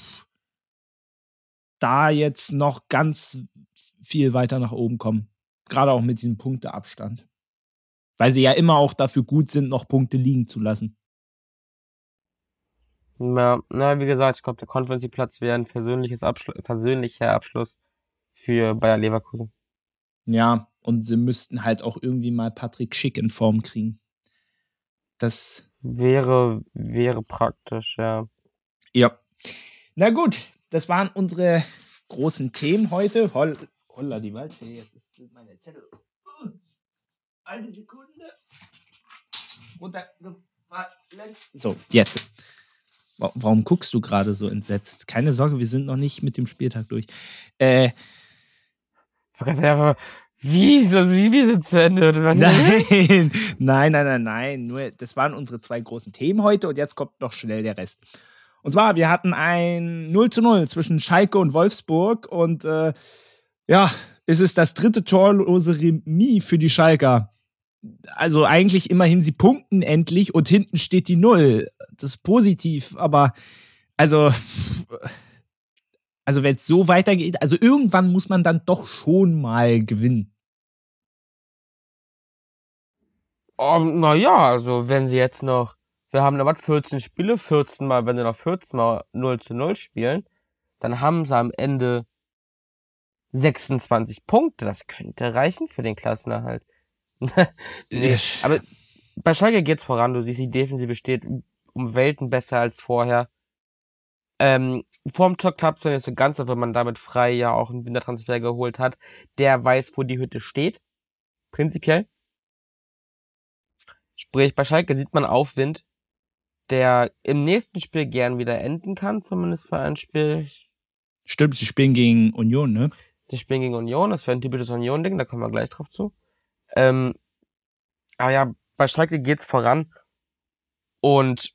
da jetzt noch ganz viel weiter nach oben kommen. Gerade auch mit diesem Punkteabstand. Weil sie ja immer auch dafür gut sind, noch Punkte liegen zu lassen. Na, na, wie gesagt, ich glaube, der Conference League Platz wäre ein versöhnliches Abschlu- versöhnlicher Abschluss für Bayer Leverkusen. Ja, und sie müssten halt auch irgendwie mal Patrick Schick in Form kriegen. Das Wäre, wäre praktisch, ja. Ja. Na gut, das waren unsere großen Themen heute. Holl, holla die Waldfee, jetzt ist meine Zettel. Eine Sekunde. Runtergefallen. So, jetzt. Warum guckst du gerade so entsetzt? Keine Sorge, wir sind noch nicht mit dem Spieltag durch. Äh. Wie ist das? Wie wir sind zu Ende? Nein, nein, nein, nein, nein. Nur, das waren unsere zwei großen Themen heute und jetzt kommt noch schnell der Rest. Und zwar, wir hatten ein null zu null zwischen Schalke und Wolfsburg und äh, ja, es ist das dritte torlose Remis für die Schalker. Also eigentlich immerhin, sie punkten endlich und hinten steht die Null. Das ist positiv, aber also, also wenn es so weitergeht, also irgendwann muss man dann doch schon mal gewinnen. Um, naja, also wenn sie jetzt noch, wir haben noch vierzehn Spiele, vierzehn Mal, wenn sie noch vierzehn Mal null zu null spielen, dann haben sie am Ende sechsundzwanzig Punkte. Das könnte reichen für den Klassenerhalt. nee, aber bei Schalke geht's voran. Du siehst, die Defensive steht um Welten besser als vorher. Ähm, vorm Tor klappt es nicht so ganz, wenn man damit frei ja auch einen Wintertransfer geholt hat. Der weiß, wo die Hütte steht. Prinzipiell. Sprich, bei Schalke sieht man Aufwind, der im nächsten Spiel gern wieder enden kann, zumindest für ein Spiel. Stimmt, sie spielen gegen Union, ne? Sie spielen gegen Union, das wäre ein typisches Union-Ding, da kommen wir gleich drauf zu. Ähm, aber ja, bei Schalke geht's voran. Und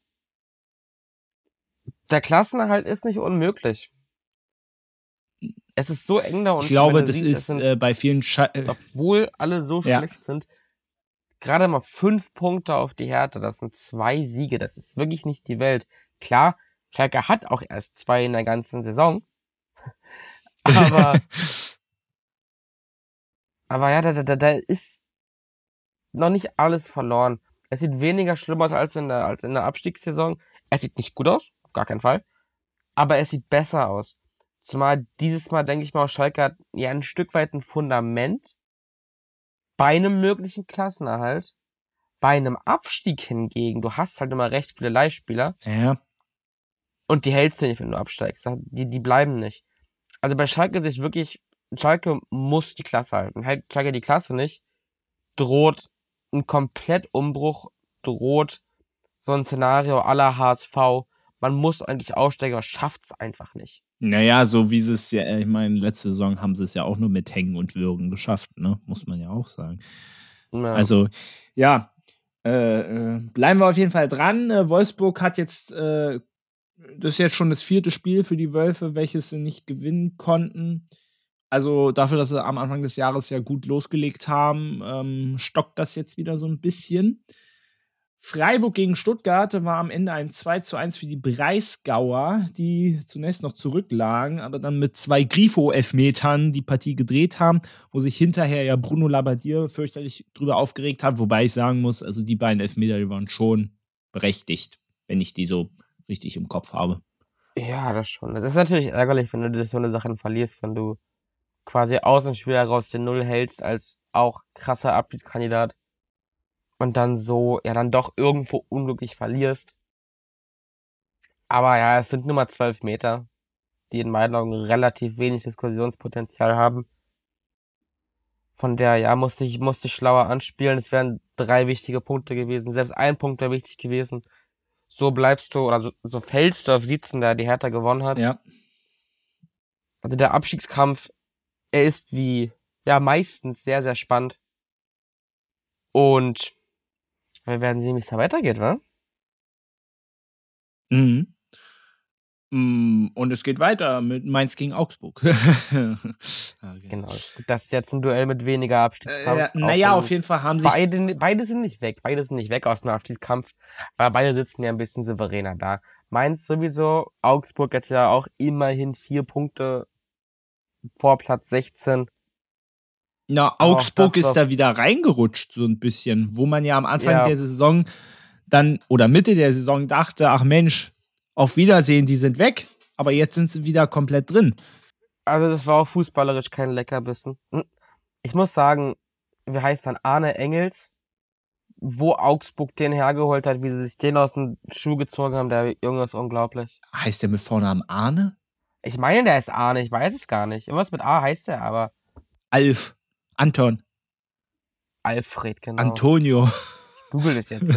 der Klassenerhalt ist nicht unmöglich. Es ist so eng da unten. Ich glaube, das siehst, ist sind, äh, bei vielen Scha obwohl alle so ja. schlecht sind, gerade mal fünf Punkte auf die Härte. Das sind zwei Siege. Das ist wirklich nicht die Welt. Klar, Schalke hat auch erst zwei in der ganzen Saison. aber aber ja, da, da, da ist noch nicht alles verloren. Es sieht weniger schlimm aus als in der, als in der Abstiegssaison. Es sieht nicht gut aus, auf gar keinen Fall. Aber es sieht besser aus. Zumal dieses Mal, denke ich mal, Schalke hat ja ein Stück weit ein Fundament bei einem möglichen Klassenerhalt. Bei einem Abstieg hingegen, du hast halt immer recht viele Leihspieler. Ja. Und die hältst du nicht, wenn du absteigst. Die, die bleiben nicht. Also bei Schalke sich wirklich, Schalke muss die Klasse halten. Hält Schalke die Klasse nicht, droht ein Komplettumbruch, droht so ein Szenario à la H S V. Man muss eigentlich aussteigen, aber schafft's einfach nicht. Naja, so wie sie es ja, ich meine, letzte Saison haben sie es ja auch nur mit Hängen und Würgen geschafft, ne? Muss man ja auch sagen. Ja. Also, ja, äh, äh, bleiben wir auf jeden Fall dran. Äh, Wolfsburg hat jetzt äh, Das ist jetzt schon das vierte Spiel für die Wölfe, welches sie nicht gewinnen konnten. Also dafür, dass sie am Anfang des Jahres ja gut losgelegt haben, ähm, stockt das jetzt wieder so ein bisschen. Freiburg gegen Stuttgart war am Ende ein zwei zu eins für die Breisgauer, die zunächst noch zurücklagen, aber dann mit zwei Grifo-Elfmetern die Partie gedreht haben, wo sich hinterher ja Bruno Labbadia fürchterlich drüber aufgeregt hat, wobei ich sagen muss, also die beiden Elfmeter, die waren schon berechtigt, wenn ich die so richtig im Kopf habe. Ja, das schon. Das ist natürlich ärgerlich, wenn du durch so eine Sachen verlierst, wenn du quasi aus dem Spiel heraus den Null hältst als auch krasser Abschiedskandidat und dann so, ja, dann doch irgendwo unglücklich verlierst. Aber ja, es sind nur mal zwölf Meter, die in meinen Augen relativ wenig Diskussionspotenzial haben. Von der, ja, musste ich, musste ich schlauer anspielen. Es wären drei wichtige Punkte gewesen. Selbst ein Punkt wäre wichtig gewesen. So bleibst du, oder so, so fällst du auf siebzehn, der die Hertha gewonnen hat. Ja. Also der Abstiegskampf, er ist wie, ja, meistens sehr, sehr spannend. Und wir werden sehen, wie es da weitergeht, wa? Mhm. Und es geht weiter mit Mainz gegen Augsburg. Okay. Genau. Das ist jetzt ein Duell mit weniger Abstiegskampf. Äh, naja, auf jeden Fall haben sich... Beide, beide sind nicht weg. Beide sind nicht weg aus dem Abstiegskampf. Aber beide sitzen ja ein bisschen souveräner da. Mainz sowieso. Augsburg jetzt ja auch immerhin vier Punkte vor Platz sechzehn. Na, Augsburg ist da wieder reingerutscht, so ein bisschen. Wo man ja am Anfang ja. der Saison dann, oder Mitte der Saison dachte, ach Mensch, auf Wiedersehen, die sind weg. Aber jetzt sind sie wieder komplett drin. Also das war auch fußballerisch kein Leckerbissen. Ich muss sagen, wie heißt dann Arne Engels, wo Augsburg den hergeholt hat, wie sie sich den aus dem Schuh gezogen haben, der Junge ist unglaublich. Heißt der mit Vornamen Arne? Ich meine, der ist Arne, ich weiß es gar nicht. Irgendwas mit A heißt der, aber... Alf. Anton. Alfred, genau. Antonio. Google es jetzt.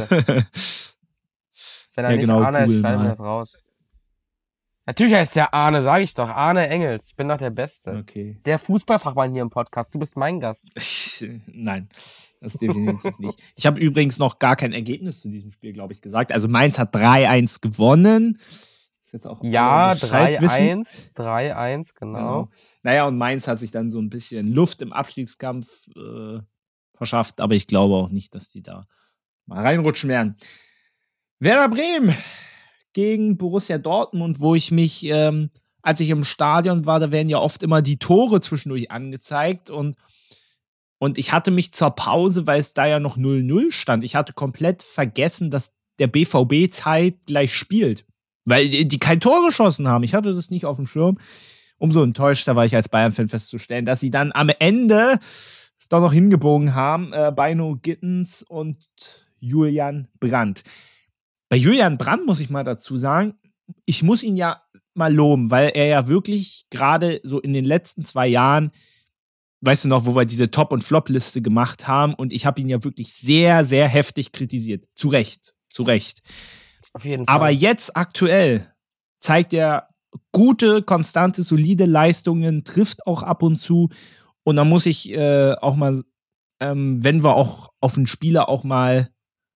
Wenn er ja, nicht genau, Arne ist, Google schneiden wir mal. das raus. Natürlich heißt der Arne, sag ich doch. Arne Engels. Ich bin doch der Beste. Okay. Der Fußballfachmann hier im Podcast. Du bist mein Gast. Nein, das definitiv nicht. Ich habe übrigens noch gar kein Ergebnis zu diesem Spiel, glaube ich, gesagt. Also Mainz hat drei eins gewonnen. Ist jetzt auch ja, drei eins. drei eins, genau. genau. Naja, und Mainz hat sich dann so ein bisschen Luft im Abstiegskampf äh, verschafft. Aber ich glaube auch nicht, dass die da mal reinrutschen werden. Werder Bremen gegen Borussia Dortmund, wo ich mich, ähm, als ich im Stadion war, da werden ja oft immer die Tore zwischendurch angezeigt und, und ich hatte mich zur Pause, weil es da ja noch null null stand, ich hatte komplett vergessen, dass der B V B zeitgleich spielt, weil die, die kein Tor geschossen haben. Ich hatte das nicht auf dem Schirm. Umso enttäuschter war ich als Bayern-Fan festzustellen, dass sie dann am Ende es doch noch hingebogen haben, äh, Beino Gittens und Julian Brandt. Bei Julian Brandt muss ich mal dazu sagen, ich muss ihn ja mal loben, weil er ja wirklich gerade so in den letzten zwei Jahren, weißt du noch, wo wir diese Top- und Flop-Liste gemacht haben und ich habe ihn ja wirklich sehr, sehr heftig kritisiert. Zu Recht, zu Recht. Auf jeden Fall. Aber jetzt aktuell zeigt er gute, konstante, solide Leistungen, trifft auch ab und zu und da muss ich äh, auch mal, ähm, wenn wir auch auf einen Spieler auch mal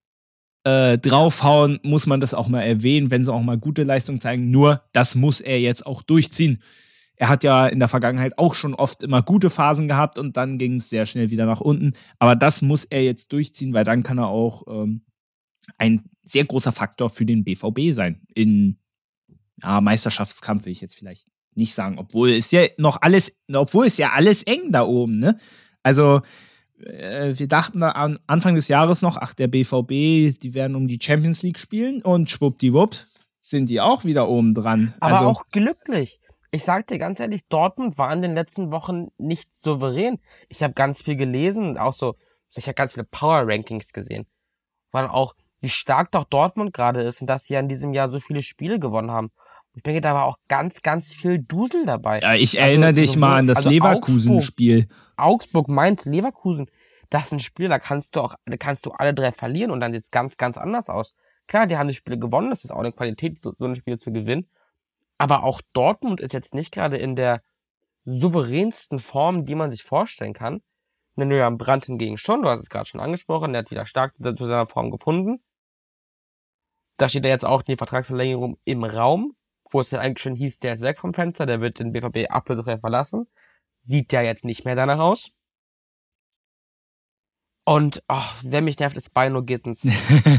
Äh, draufhauen, muss man das auch mal erwähnen, wenn sie auch mal gute Leistung zeigen. Nur, das muss er jetzt auch durchziehen. Er hat ja in der Vergangenheit auch schon oft immer gute Phasen gehabt und dann ging es sehr schnell wieder nach unten. Aber das muss er jetzt durchziehen, weil dann kann er auch ähm, ein sehr großer Faktor für den B V B sein. In ja, Meisterschaftskampf will ich jetzt vielleicht nicht sagen, obwohl es ja noch alles, obwohl es ja alles eng da oben, ne? Also wir dachten am Anfang des Jahres noch, ach, der B V B, die werden um die Champions League spielen und schwuppdiwupp sind die auch wieder oben dran. Aber also, auch glücklich. Ich sag dir ganz ehrlich, Dortmund war in den letzten Wochen nicht souverän. Ich habe ganz viel gelesen, auch so, ich habe ganz viele Power-Rankings gesehen. Weil auch, wie stark doch Dortmund gerade ist und dass sie ja in diesem Jahr so viele Spiele gewonnen haben. Ich denke, da war auch ganz, ganz viel Dusel dabei. Ja, ich also, erinnere dich so, mal an das also Leverkusen-Spiel. Augsburg, Augsburg, Mainz, Leverkusen. Das ist ein Spiel, da kannst du auch, da kannst du alle drei verlieren und dann sieht es ganz, ganz anders aus. Klar, die haben die Spiele gewonnen, das ist auch eine Qualität, so, so eine Spiele zu gewinnen. Aber auch Dortmund ist jetzt nicht gerade in der souveränsten Form, die man sich vorstellen kann. Julian Brandt hingegen schon, du hast es gerade schon angesprochen, der hat wieder stark zu seiner Form gefunden. Da steht ja jetzt auch die Vertragsverlängerung im Raum, wo es ja eigentlich schon hieß, der ist weg vom Fenster, der wird den B V B ablösefrei verlassen. Sieht ja jetzt nicht mehr danach aus. Und ach, wer mich nervt, ist Bino Gittens.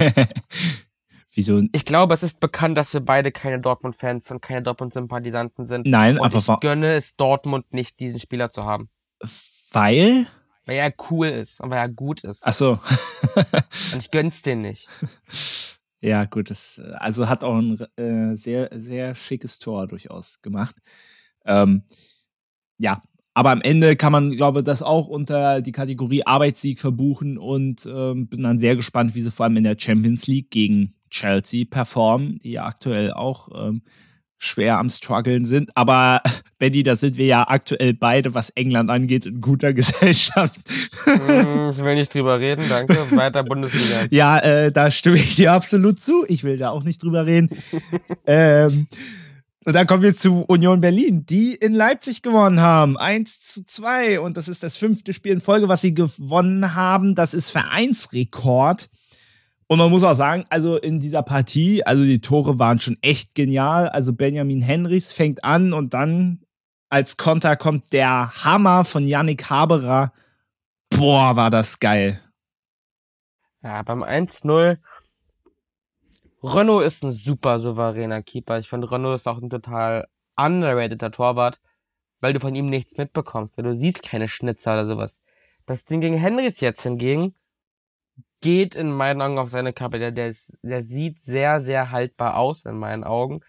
Wieso? Ich glaube, es ist bekannt, dass wir beide keine Dortmund-Fans und keine Dortmund-Sympathisanten sind. Nein, und aber ich wa- gönne es Dortmund nicht, diesen Spieler zu haben. Weil? Weil er cool ist und weil er gut ist. Ach so. Und ich gönn's den nicht. Ja, gut, das also hat auch ein äh, sehr, sehr schickes Tor durchaus gemacht. Ähm, ja, aber am Ende kann man, glaube ich, das auch unter die Kategorie Arbeitssieg verbuchen und ähm, bin dann sehr gespannt, wie sie vor allem in der Champions League gegen Chelsea performen, die ja aktuell auch ähm, schwer am struggeln sind. Aber Benny, da sind wir ja aktuell beide, was England angeht, in guter Gesellschaft. Hm, ich will nicht drüber reden, danke. Weiter Bundesliga. Ja, äh, da stimme ich dir absolut zu. Ich will da auch nicht drüber reden. ähm, und dann kommen wir zu Union Berlin, die in Leipzig gewonnen haben. eins zu zwei. Und das ist das fünfte Spiel in Folge, was sie gewonnen haben. Das ist Vereinsrekord. Und man muss auch sagen, also in dieser Partie, also die Tore waren schon echt genial. Also Benjamin Henrichs fängt an und dann als Konter kommt der Hammer von Yannick Haberer. Boah, war das geil. Ja, beim eins null. Renault ist ein super souveräner Keeper. Ich finde, Renault ist auch ein total underrateder Torwart, weil du von ihm nichts mitbekommst, weil du siehst keine Schnitzer oder sowas. Das Ding gegen Henrichs jetzt hingegen geht in meinen Augen auf seine Kappe. Der, der, ist, der sieht sehr, sehr haltbar aus in meinen Augen.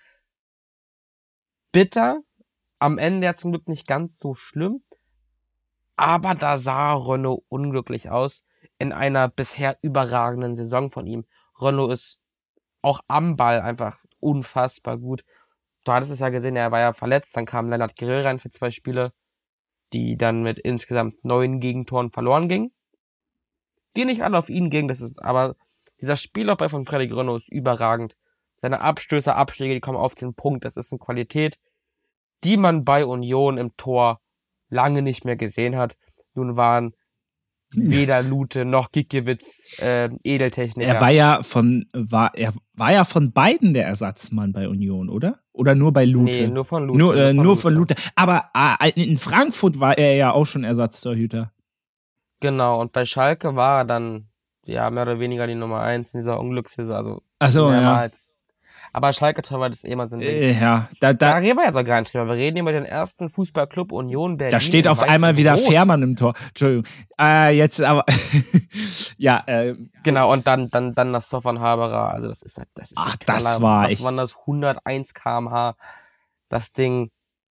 Bitter. Am Ende ja zum Glück nicht ganz so schlimm. Aber da sah Renault unglücklich aus in einer bisher überragenden Saison von ihm. Renault ist auch am Ball einfach unfassbar gut. Du hattest es ja gesehen, er war ja verletzt. Dann kam Lennart Grill rein für zwei Spiele, die dann mit insgesamt neun Gegentoren verloren gingen. Die nicht alle auf ihn gingen, das ist aber dieser Spielaufbau von Freddy Renault ist überragend. Seine Abstöße, Abschläge, die kommen auf den Punkt. Das ist eine Qualität, die man bei Union im Tor lange nicht mehr gesehen hat. Nun waren weder Lute noch Gikiewicz äh, Edeltechniker. Er war ja von war er war ja von beiden der Ersatzmann bei Union, oder? Oder nur bei Lute? Nee, nur von Lute. Nur, äh, nur, nur von, von Lute. Lute. Aber äh, in Frankfurt war er ja auch schon Ersatztorhüter. Genau, und bei Schalke war er dann ja mehr oder weniger die Nummer eins in dieser Unglückssaison. Also Ach so, ja. Als, aber Schalke-Torwart ist eh mal so ein Ding. Äh, ja, da, Da da, reden wir jetzt auch gar nicht drüber. Wir reden über den ersten Fußballclub Union Berlin. da steht in auf weiß einmal und wieder rot. Fährmann im Tor. Entschuldigung. Äh, jetzt aber ja, äh, Genau, und dann dann dann das Tor von Haberer. Also das ist halt, das ist Ach, ein das Knaller. war Was echt- waren das? hunderteins Kilometer pro Stunde. Das Ding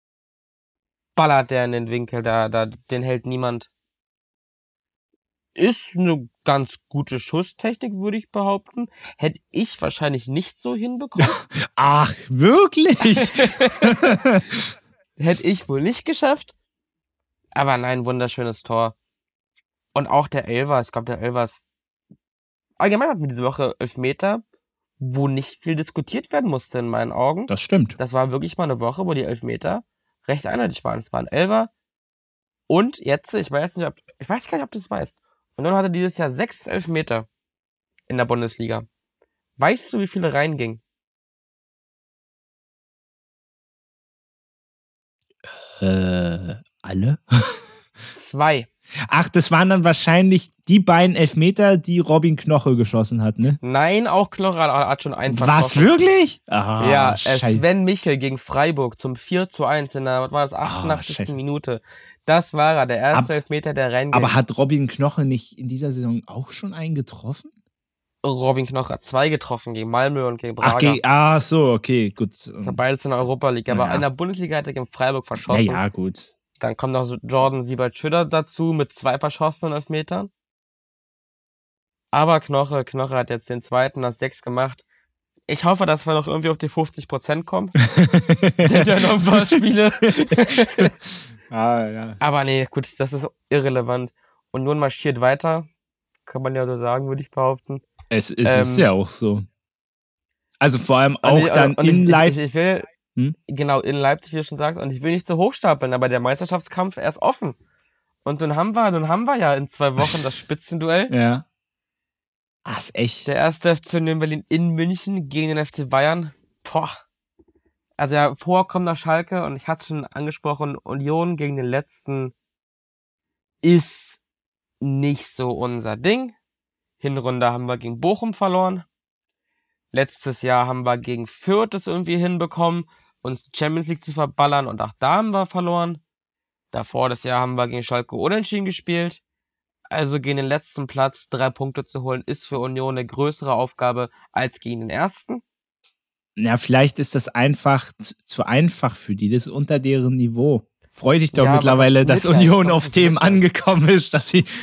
ballert der in den Winkel, da, da, den hält niemand. Ist eine ganz gute Schusstechnik, würde ich behaupten. Hätte ich wahrscheinlich nicht so hinbekommen. ach, wirklich? Hätte ich wohl nicht geschafft. Aber nein, wunderschönes Tor. Und auch der Elfer, ich glaube, der Elfer ist... Allgemein hatten wir diese Woche Elfmeter, wo nicht viel diskutiert werden musste in meinen Augen. Das stimmt. Das war wirklich mal eine Woche, wo die Elfmeter recht eindeutig waren. Es waren Elfer. Und jetzt, ich weiß nicht, ob, ich weiß gar nicht, ob du es weißt. Und dann hatte dieses Jahr sechs Elfmeter in der Bundesliga. Weißt du, wie viele reingingen? Äh, alle? Zwei. Ach, das waren dann wahrscheinlich die beiden Elfmeter, die Robin Knoche geschossen hat, ne? Nein, auch Knoche hat schon einen Was, verschossen. wirklich? Ah, Ja, äh, scheiße. Sven Michel gegen Freiburg zum vier zu eins in der, was war das, achtundachtzigsten scheiße. Minute. Das war er, der erste Ab- Elfmeter, der reinging. Aber hat Robin Knoche nicht in dieser Saison auch schon einen getroffen? Robin Knoche hat zwei getroffen gegen Malmö und gegen Ach, Braga. ge- ah, so, okay, gut. Das war beides in der Europa League. Aber Ja. in der Bundesliga hat er gegen Freiburg Ja, verschossen. ja, gut. Dann kommt noch so Jordan Siebert-Schütter dazu mit zwei verschossenen Elfmetern. Aber Knoche, Knoche hat jetzt den zweiten aus sechs gemacht. Ich hoffe, dass wir noch irgendwie auf die fünfzig Prozent kommen. Sind ja noch ein paar Spiele. ah, ja. Aber nee, gut, das ist irrelevant. Und nun marschiert weiter. Kann man ja so sagen, würde ich behaupten. Es, es Ähm, ist ja auch so. Also vor allem Und auch ich, dann und in ich, Leipzig. Ich, ich will, Hm? genau, in Leipzig, wie du schon sagst, und ich will nicht zu hoch stapeln, aber der Meisterschaftskampf, er ist offen. Und nun haben wir, nun haben wir ja in zwei Wochen das Spitzenduell. Ja. Ach, ist echt. Der erste F C Union Berlin in München gegen den F C Bayern. Boah. Also ja, vorkommender Schalke, und ich hatte schon angesprochen, Union gegen den letzten ist nicht so unser Ding. Hinrunde haben wir gegen Bochum verloren. Letztes Jahr haben wir gegen Fürth es irgendwie hinbekommen, uns die Champions League zu verballern, und auch da haben wir verloren. Davor das Jahr haben wir gegen Schalke unentschieden gespielt. Also gegen den letzten Platz drei Punkte zu holen, ist für Union eine größere Aufgabe als gegen den ersten. Ja, vielleicht ist das einfach zu, zu einfach für die. Das ist unter deren Niveau. Freu dich doch ja, mittlerweile, dass Mitleid, Union auf Themen Mitleid. angekommen ist, dass sie...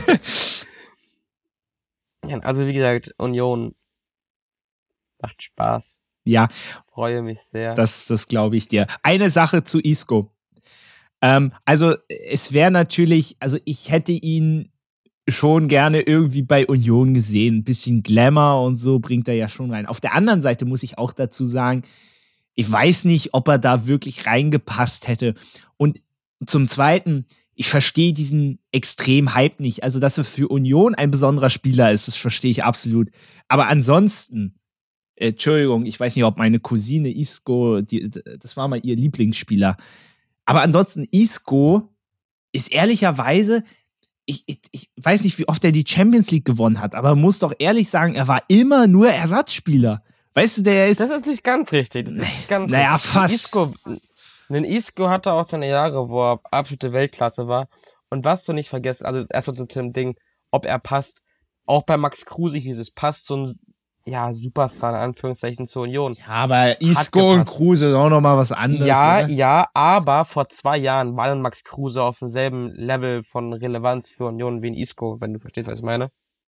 Also wie gesagt, Union macht Spaß. Ja. Freue mich sehr. Das, das glaube ich dir. Eine Sache zu Isco. Ähm, also es wäre natürlich, also ich hätte ihn schon gerne irgendwie bei Union gesehen. Ein bisschen Glamour und so bringt er ja schon rein. Auf der anderen Seite muss ich auch dazu sagen, ich weiß nicht, ob er da wirklich reingepasst hätte. Und zum Zweiten, ich verstehe diesen extremen Hype nicht. Also, dass er für Union ein besonderer Spieler ist, das verstehe ich absolut. Aber ansonsten, äh, Entschuldigung, ich weiß nicht, ob meine Cousine Isco, die, das war mal ihr Lieblingsspieler. Aber ansonsten, Isco ist ehrlicherweise, ich, ich, ich weiß nicht, wie oft er die Champions League gewonnen hat, aber man muss doch ehrlich sagen, er war immer nur Ersatzspieler. Weißt du, der ist... Das ist nicht ganz richtig. Das ist nicht ganz naja, richtig. fast. Isco, denn Isco hatte auch seine Jahre, wo er absolute Weltklasse war. Und was du nicht vergessen, also erstmal zu dem Ding, ob er passt. Auch bei Max Kruse hieß es, passt so ein, ja, Superstar in Anführungszeichen zur Union. Ja, aber Isco und Kruse ist auch nochmal was anderes. Ja, oder? ja, aber vor zwei Jahren war dann Max Kruse auf demselben Level von Relevanz für Union wie ein Isco, wenn du verstehst, was ich meine.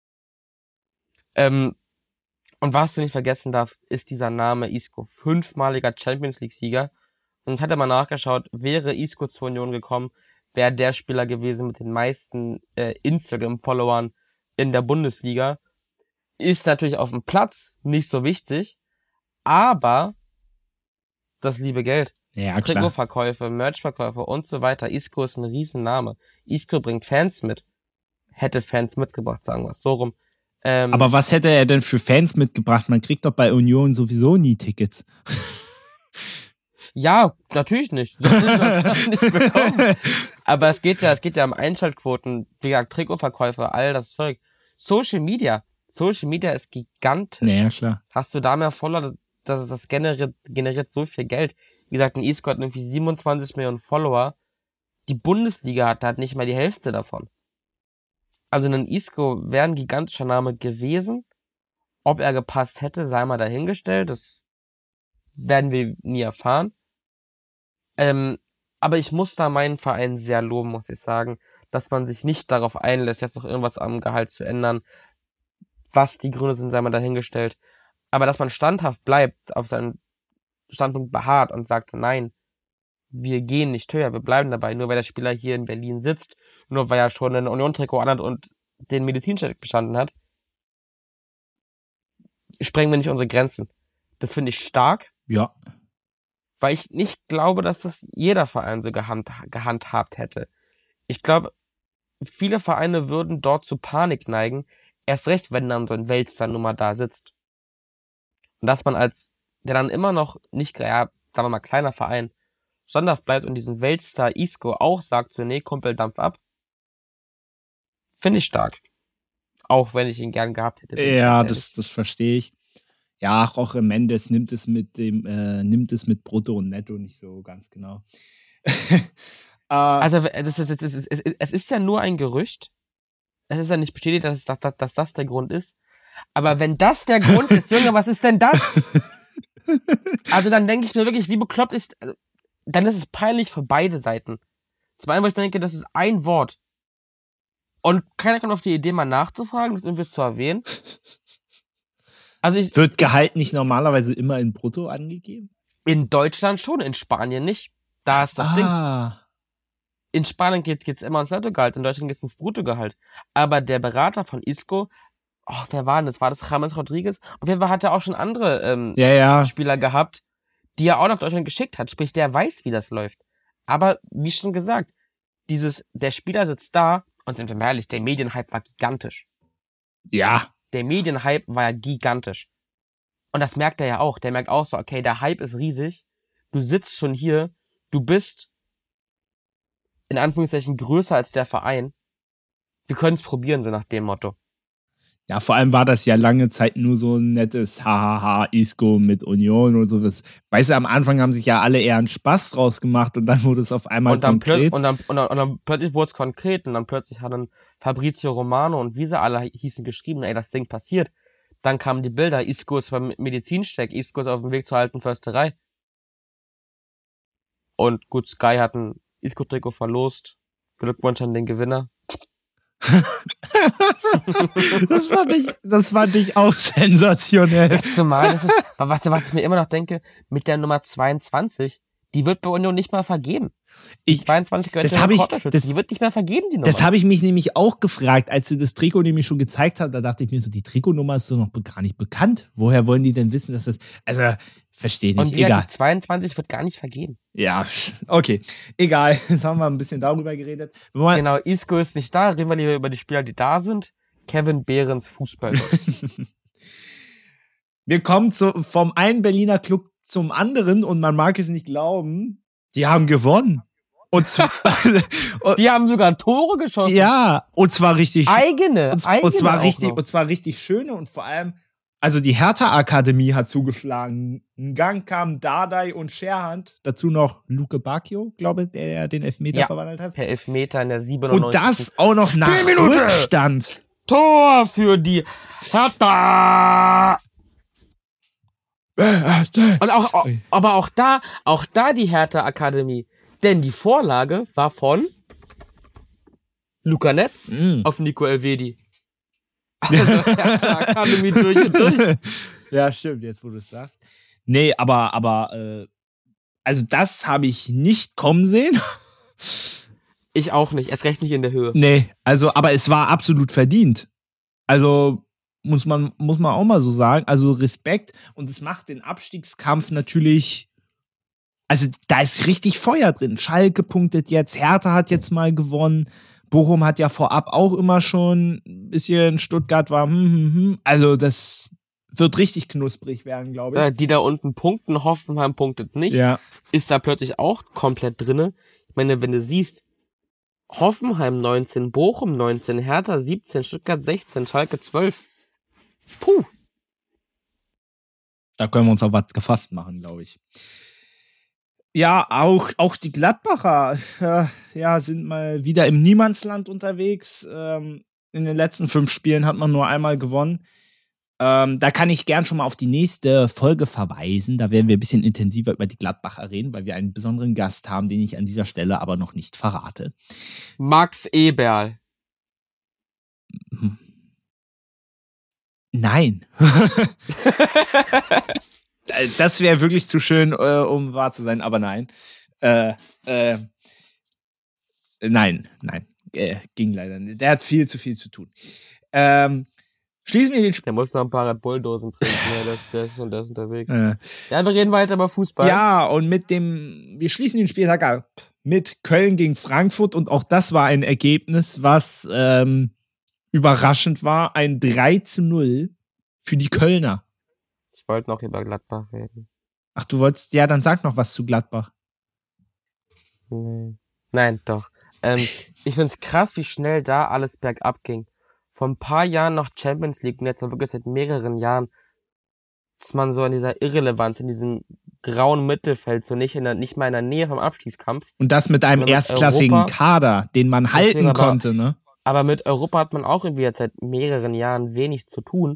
Ähm, und was du nicht vergessen darfst, ist dieser Name Isco. Fünfmaliger Champions League-Sieger. Und ich hatte mal nachgeschaut, wäre Isco zur Union gekommen, wäre der Spieler gewesen mit den meisten äh, Instagram-Followern in der Bundesliga. Ist natürlich auf dem Platz nicht so wichtig, aber das liebe Geld. Ja, klar. Trikotverkäufe, Merchverkäufe und so weiter. Isco ist ein Riesenname. Isco bringt Fans mit. Hätte Fans mitgebracht, sagen wir es so rum. Ähm, aber was hätte er denn für Fans mitgebracht? Man kriegt doch bei Union sowieso nie Tickets. Ja, natürlich nicht. Das ist nicht bekommen. Aber es geht ja, es geht ja um Einschaltquoten, wie gesagt, Trikotverkäufe, all das Zeug. Social Media. Social Media ist gigantisch. Ja, klar. Hast du da mehr Follower, das, das generiert, generiert so viel Geld. Wie gesagt, ein Isco hat irgendwie siebenundzwanzig Millionen Follower. Die Bundesliga hat halt nicht mal die Hälfte davon. Also ein Isco wäre ein gigantischer Name gewesen. Ob er gepasst hätte, sei mal dahingestellt. Das werden wir nie erfahren. Ähm, aber ich muss da meinen Verein sehr loben, muss ich sagen, dass man sich nicht darauf einlässt, jetzt noch irgendwas am Gehalt zu ändern. Was die Gründe sind, sei mal dahingestellt. Aber dass man standhaft bleibt, auf seinen Standpunkt beharrt und sagt, nein, wir gehen nicht höher, wir bleiben dabei, nur weil der Spieler hier in Berlin sitzt, nur weil er schon ein Union-Trikot anhat und den Medizincheck bestanden hat, sprengen wir nicht unsere Grenzen. Das finde ich stark. Ja. Weil ich nicht glaube, dass das jeder Verein so gehand, gehandhabt hätte. Ich glaube, viele Vereine würden dort zu Panik neigen, erst recht, wenn dann so ein Weltstar-Nummer da sitzt. Und dass man als, der dann immer noch nicht, ja, sagen wir mal, kleiner Verein, standhaft bleibt und diesen Weltstar Isco auch sagt, so, nee, Kumpel, dampf ab, finde ich stark. Auch wenn ich ihn gern gehabt hätte. Ja, das, das verstehe ich. Ja, Jorge Mendes nimmt es mit dem, äh, nimmt es mit Brutto und Netto nicht so ganz genau. äh, also, das ist, das ist, es ist ja nur ein Gerücht. Es ist ja nicht bestätigt, dass, dass, dass, dass das der Grund ist. Aber wenn das der Grund ist, Junge, was ist denn das? Also dann denke ich mir wirklich, wie bekloppt ist, also, dann ist es peinlich für beide Seiten. Zum einen, weil ich mir denke, das ist ein Wort. Und keiner kommt auf die Idee, mal nachzufragen, das irgendwie zu erwähnen. Also ich, Wird Gehalt nicht normalerweise immer in Brutto angegeben? In Deutschland schon, in Spanien nicht. Da ist das ah. Ding. In Spanien geht es immer ins Nettogehalt, in Deutschland geht es ins Bruttogehalt. Aber der Berater von Isco, oh, wer war denn das? War das James Rodriguez? Auf jeden Fall hat er auch schon andere ähm, ja, ja. Spieler gehabt, die er auch nach Deutschland geschickt hat. Sprich, der weiß, wie das läuft. Aber wie schon gesagt, dieses, der Spieler sitzt da und sind wir mal ehrlich, der Medienhype war gigantisch. Ja. der Medienhype war ja gigantisch. Und das merkt er ja auch. Der merkt auch so, okay, der Hype ist riesig. Du sitzt schon hier. Du bist in Anführungszeichen größer als der Verein. Wir können es probieren, so nach dem Motto. Ja, vor allem war das ja lange Zeit nur so ein nettes Hahaha, Isco mit Union und sowas. Weißt du, am Anfang haben sich ja alle eher einen Spaß draus gemacht und dann wurde es auf einmal und dann konkret. Plö- und, dann, und, dann, und dann plötzlich wurde es konkret und dann plötzlich hat dann Fabrizio Romano und wie sie alle hießen geschrieben, ey, das Ding passiert. Dann kamen die Bilder, Isco ist beim Medizinsteck, Isco ist auf dem Weg zur alten Försterei. Und gut, Sky hat ein Isco-Trikot verlost. Glückwunsch an den Gewinner. das, fand ich, das fand ich auch sensationell. Ja, zumal, das ist, was, was ich mir immer noch denke, mit der Nummer zweiundzwanzig, die wird bei Union nicht mal vergeben. Die Ich, zweiundzwanzig gehört das habe ich, das, die wird nicht mehr vergeben, die Nummer. Das habe ich mich nämlich auch gefragt, als sie das Trikot nämlich schon gezeigt hat, da dachte ich mir so, die Trikotnummer ist so noch gar nicht bekannt. Woher wollen die denn wissen, dass das, also, verstehe nicht, und wie egal. Die zweiundzwanzig wird gar nicht vergeben. Ja, okay, egal, jetzt haben wir ein bisschen darüber geredet. Genau, Isco ist nicht da, reden wir lieber über die Spieler, die da sind. Kevin Behrens, Fußball. Wir kommen zu, vom einen Berliner Club zum anderen und man mag es nicht glauben, die haben gewonnen. Und zwar, die haben sogar Tore geschossen. Ja, und zwar richtig eigene, und, eigene und zwar richtig noch. und zwar richtig schöne und vor allem, also die Hertha-Akademie hat zugeschlagen. In Gang kamen Dardai und Scherhand, dazu noch Luke Bacchio, glaube ich, der den Elfmeter ja, verwandelt hat. Per Elfmeter in der siebenundneunzigsten Und das auch noch nach Spielminute. Rückstand. Tor für die Hertha. Und auch, aber auch da, auch da die Hertha-Akademie. Denn die Vorlage war von Luca Netz mm. auf Nico Elvedi. Also Hertha-Akademie durch und durch. Ja, stimmt, jetzt wo du es sagst. Nee, aber, aber, äh, also das habe ich nicht kommen sehen. Ich auch nicht, erst recht nicht in der Höhe. Nee, also, aber es war absolut verdient. Also, muss man, muss man auch mal so sagen. Also Respekt. Und es macht den Abstiegskampf natürlich, also da ist richtig Feuer drin. Schalke punktet jetzt, Hertha hat jetzt mal gewonnen. Bochum hat ja vorab auch immer schon ein bisschen, Stuttgart war, hm, hm, hm. Also das wird richtig knusprig werden, glaube ich. Ja, die da unten punkten, Hoffenheim punktet nicht. Ja. Ist da plötzlich auch komplett drinne. Ich meine, wenn du siehst, Hoffenheim neunzehn, Bochum neunzehn, Hertha siebzehn, Stuttgart sechzehn, Schalke zwölf. Puh. Da können wir uns auf was gefasst machen, glaube ich. Ja, auch, auch die Gladbacher äh, ja, sind mal wieder im Niemandsland unterwegs. Ähm, in den letzten fünf Spielen hat man nur einmal gewonnen. Ähm, da kann ich gern schon mal auf die nächste Folge verweisen. Da werden wir ein bisschen intensiver über die Gladbacher reden, weil wir einen besonderen Gast haben, den ich an dieser Stelle aber noch nicht verrate. Max Eberl. Hm. Nein. Das wäre wirklich zu schön, äh, um wahr zu sein, aber nein. Äh, äh, nein, nein. Äh, ging leider nicht. Der hat viel zu viel zu tun. Ähm, schließen wir den Spiel. Der muss noch ein paar Red Bull-Dosen trinken, ja, das, das und das unterwegs. Äh. Ja, wir reden weiter über Fußball. Ja, und mit dem, wir schließen den Spieltag ab mit Köln gegen Frankfurt und auch das war ein Ergebnis, was ähm, überraschend war. Ein drei zu null für die Kölner. Ich wollte noch über Gladbach reden. Ach, du wolltest, ja, dann sag noch was zu Gladbach. Nee. Nein, doch. Ähm, ich find's krass, wie schnell da alles bergab ging. Vor ein paar Jahren noch Champions League und jetzt wirklich seit mehreren Jahren ist man so in dieser Irrelevanz, in diesem grauen Mittelfeld, so nicht in der, nicht mal in der Nähe vom Abstiegskampf. Und das mit einem erstklassigen Europa, Kader, den man halten aber, konnte, ne? Aber mit Europa hat man auch irgendwie jetzt seit mehreren Jahren wenig zu tun.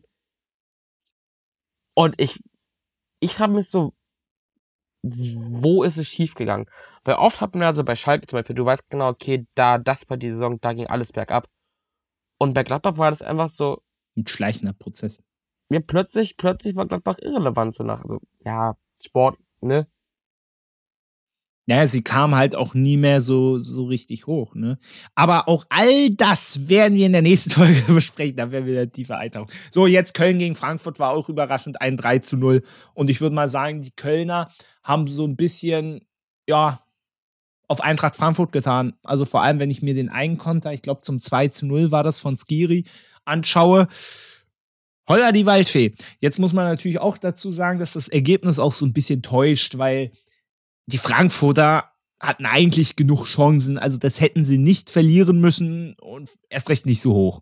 Und ich, ich frage mich so, wo ist es schiefgegangen? Weil oft hat man also bei Schalke zum Beispiel, du weißt genau, okay, da, das war die Saison, da ging alles bergab. Und bei Gladbach war das einfach so. Ein schleichender Prozess. Ja, plötzlich, plötzlich war Gladbach irrelevant so nach, also, ja, Sport, ne? Ja, sie kam halt auch nie mehr so, so richtig hoch, ne? Aber auch all das werden wir in der nächsten Folge besprechen, da werden wir da tiefer eintauchen. So, jetzt Köln gegen Frankfurt war auch überraschend ein drei zu null. Und ich würde mal sagen, die Kölner haben so ein bisschen, ja, auf Eintracht Frankfurt getan. Also vor allem, wenn ich mir den Eigenkonter, ich glaube zum zwei zu null war das von Skiri, anschaue. Holla die Waldfee. Jetzt muss man natürlich auch dazu sagen, dass das Ergebnis auch so ein bisschen täuscht, weil die Frankfurter hatten eigentlich genug Chancen. Also das hätten sie nicht verlieren müssen und erst recht nicht so hoch.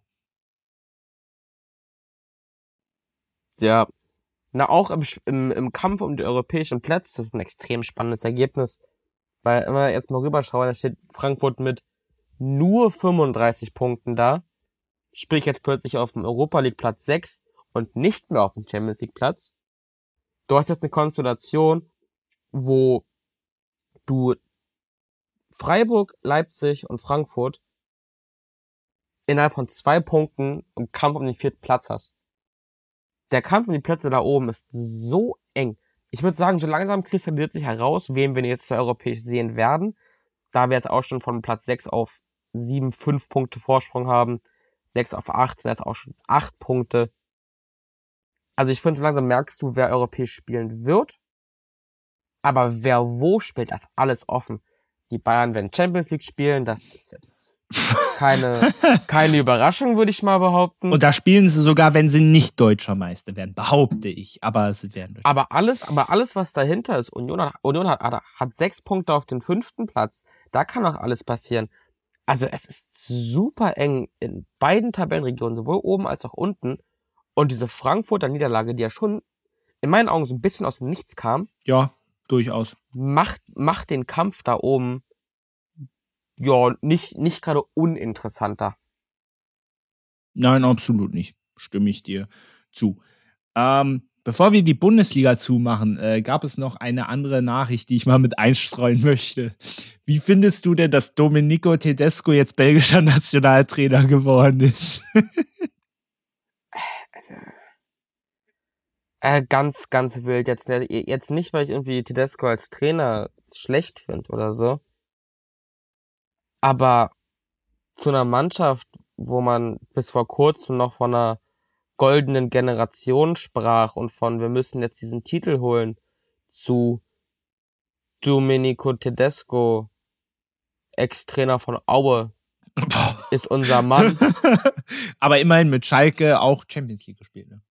Ja, na auch im, im, im Kampf um die europäischen Plätze, das ist ein extrem spannendes Ergebnis. Weil, wenn wir jetzt mal rüberschauen, da steht Frankfurt mit nur fünfunddreißig Punkten da. Sprich jetzt plötzlich auf dem Europa League Platz sechs und nicht mehr auf dem Champions League Platz. Du hast jetzt eine Konstellation, wo du Freiburg, Leipzig und Frankfurt innerhalb von zwei Punkten im Kampf um den vierten Platz hast. Der Kampf um die Plätze da oben ist so eng. Ich würde sagen, so langsam kristallisiert sich heraus, wen wir jetzt europäisch sehen werden. Da wir jetzt auch schon von Platz sechs auf sieben, fünf Punkte Vorsprung haben. sechs auf acht sind jetzt auch schon acht Punkte. Also ich finde, so langsam merkst du, wer europäisch spielen wird. Aber wer wo spielt, das ist alles offen. Die Bayern werden Champions League spielen, das ist jetzt keine, keine Überraschung, würde ich mal behaupten. Und da spielen sie sogar, wenn sie nicht deutscher Meister werden, behaupte ich. Aber sie werden. Aber alles, aber alles, was dahinter ist, Union hat, Union hat, hat, hat sechs Punkte auf den fünften Platz. Da kann auch alles passieren. Also es ist super eng in beiden Tabellenregionen, sowohl oben als auch unten. Und diese Frankfurter Niederlage, die ja schon in meinen Augen so ein bisschen aus dem Nichts kam. Ja, durchaus. Macht, macht den Kampf da oben ja nicht, nicht gerade uninteressanter. Nein, absolut nicht. Stimme ich dir zu. Ähm, bevor wir die Bundesliga zumachen, äh, gab es noch eine andere Nachricht, die ich mal mit einstreuen möchte. Wie findest du denn, dass Domenico Tedesco jetzt belgischer Nationaltrainer geworden ist? Also, äh, ganz, ganz wild. Jetzt, jetzt nicht, weil ich irgendwie Tedesco als Trainer schlecht finde oder so. Aber zu einer Mannschaft, wo man bis vor kurzem noch von einer goldenen Generation sprach und von wir müssen jetzt diesen Titel holen, zu Domenico Tedesco, Ex-Trainer von Aue, ist unser Mann. Aber immerhin mit Schalke auch Champions League gespielt, ne?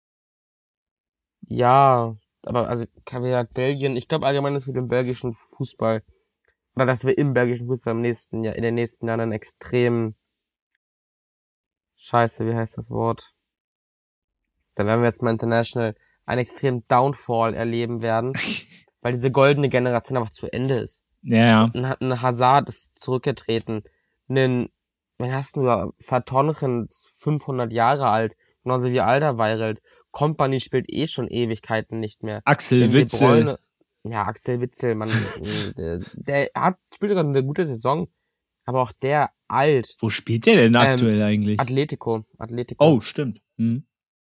Ja, aber also, wie gesagt, Belgien, ich glaube allgemein, dass wir den belgischen Fußball, oder dass wir im belgischen Fußball im nächsten Jahr, in den nächsten Jahren einen extrem, scheiße, wie heißt das Wort? Da werden wir jetzt mal international einen extremen Downfall erleben werden, weil diese goldene Generation einfach zu Ende ist. Ja, ja. Ein, ein Hazard ist zurückgetreten. Ein, wen hast du da? Vertonchen ist fünfhundert Jahre alt, genauso wie Alderweireld. Kompany spielt eh schon Ewigkeiten nicht mehr. Axel Witsel. Ja, Axel Witsel, man, der, der hat, spielt sogar eine gute Saison, aber auch der alt. Wo spielt der denn aktuell ähm, eigentlich? Atletico, Atletico. Oh, stimmt. Hm.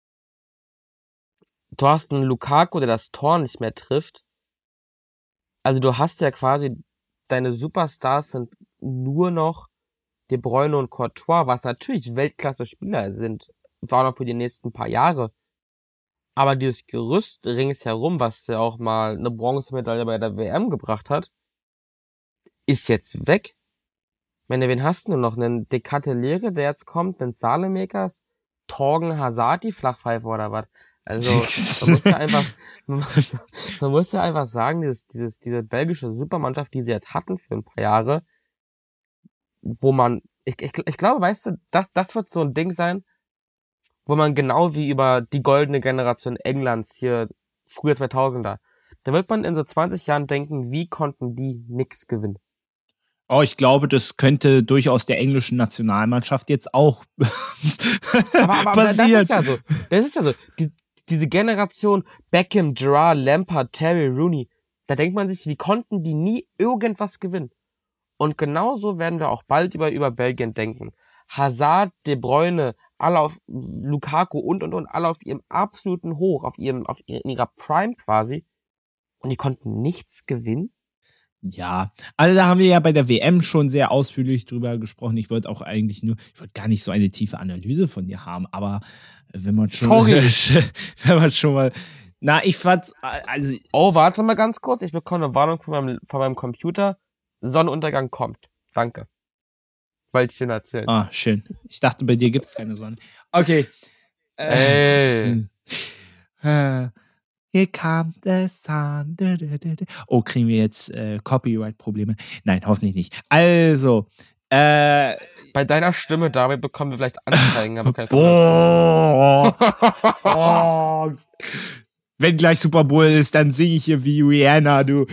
Du hast einen Lukaku, der das Tor nicht mehr trifft. Also du hast ja quasi, deine Superstars sind nur noch De Bruyne und Courtois, was natürlich Weltklasse-Spieler sind, war noch für die nächsten paar Jahre. Aber dieses Gerüst ringsherum, was ja auch mal eine Bronzemedaille bei der W M gebracht hat, ist jetzt weg. Wenn du, wen hast du noch? Einen Decatelere, der jetzt kommt, einen Saelemaekers, Torgen Hazard, die Flachpfeife oder was? Also, man muss ja einfach, man muss, man muss ja einfach sagen, dieses, dieses, diese belgische Supermannschaft, die sie jetzt hatten für ein paar Jahre, wo man, ich, ich, ich glaube, weißt du, das, das wird so ein Ding sein, wo man genau wie über die goldene Generation Englands hier, früher zweitausender, da wird man in so zwanzig Jahren denken, wie konnten die nix gewinnen? Oh, ich glaube, das könnte durchaus der englischen Nationalmannschaft jetzt auch aber, aber, aber das ist ja so, das ist ja so, die, diese Generation Beckham, Gerrard, Lampard, Terry, Rooney, da denkt man sich, wie konnten die nie irgendwas gewinnen? Und genauso werden wir auch bald über, über Belgien denken. Hazard, De Bruyne, alle auf Lukaku und, und, und, alle auf ihrem absoluten Hoch, auf ihrem, auf in ihrer Prime quasi. Und die konnten nichts gewinnen? Ja, also da haben wir ja bei der W M schon sehr ausführlich drüber gesprochen. Ich wollte auch eigentlich nur, ich wollte gar nicht so eine tiefe Analyse von dir haben, aber wenn man schon, Sorry. wenn man schon mal, na, ich fand's, also. Oh, warte mal ganz kurz, ich bekomme eine Warnung von meinem, von meinem Computer. Sonnenuntergang kommt. Danke. Wollte ich dir erzählen. Ah, schön. Ich dachte, bei dir gibt's keine Sonne. Okay. Ey. Äh, Here come the sun. Oh, kriegen wir jetzt äh, Copyright-Probleme? Nein, hoffentlich nicht. Also, äh, bei deiner Stimme, David, bekommen wir vielleicht Anzeigen, aber kein Boah. Oh. Wenn gleich Super Bowl ist, dann singe ich hier wie Rihanna, du.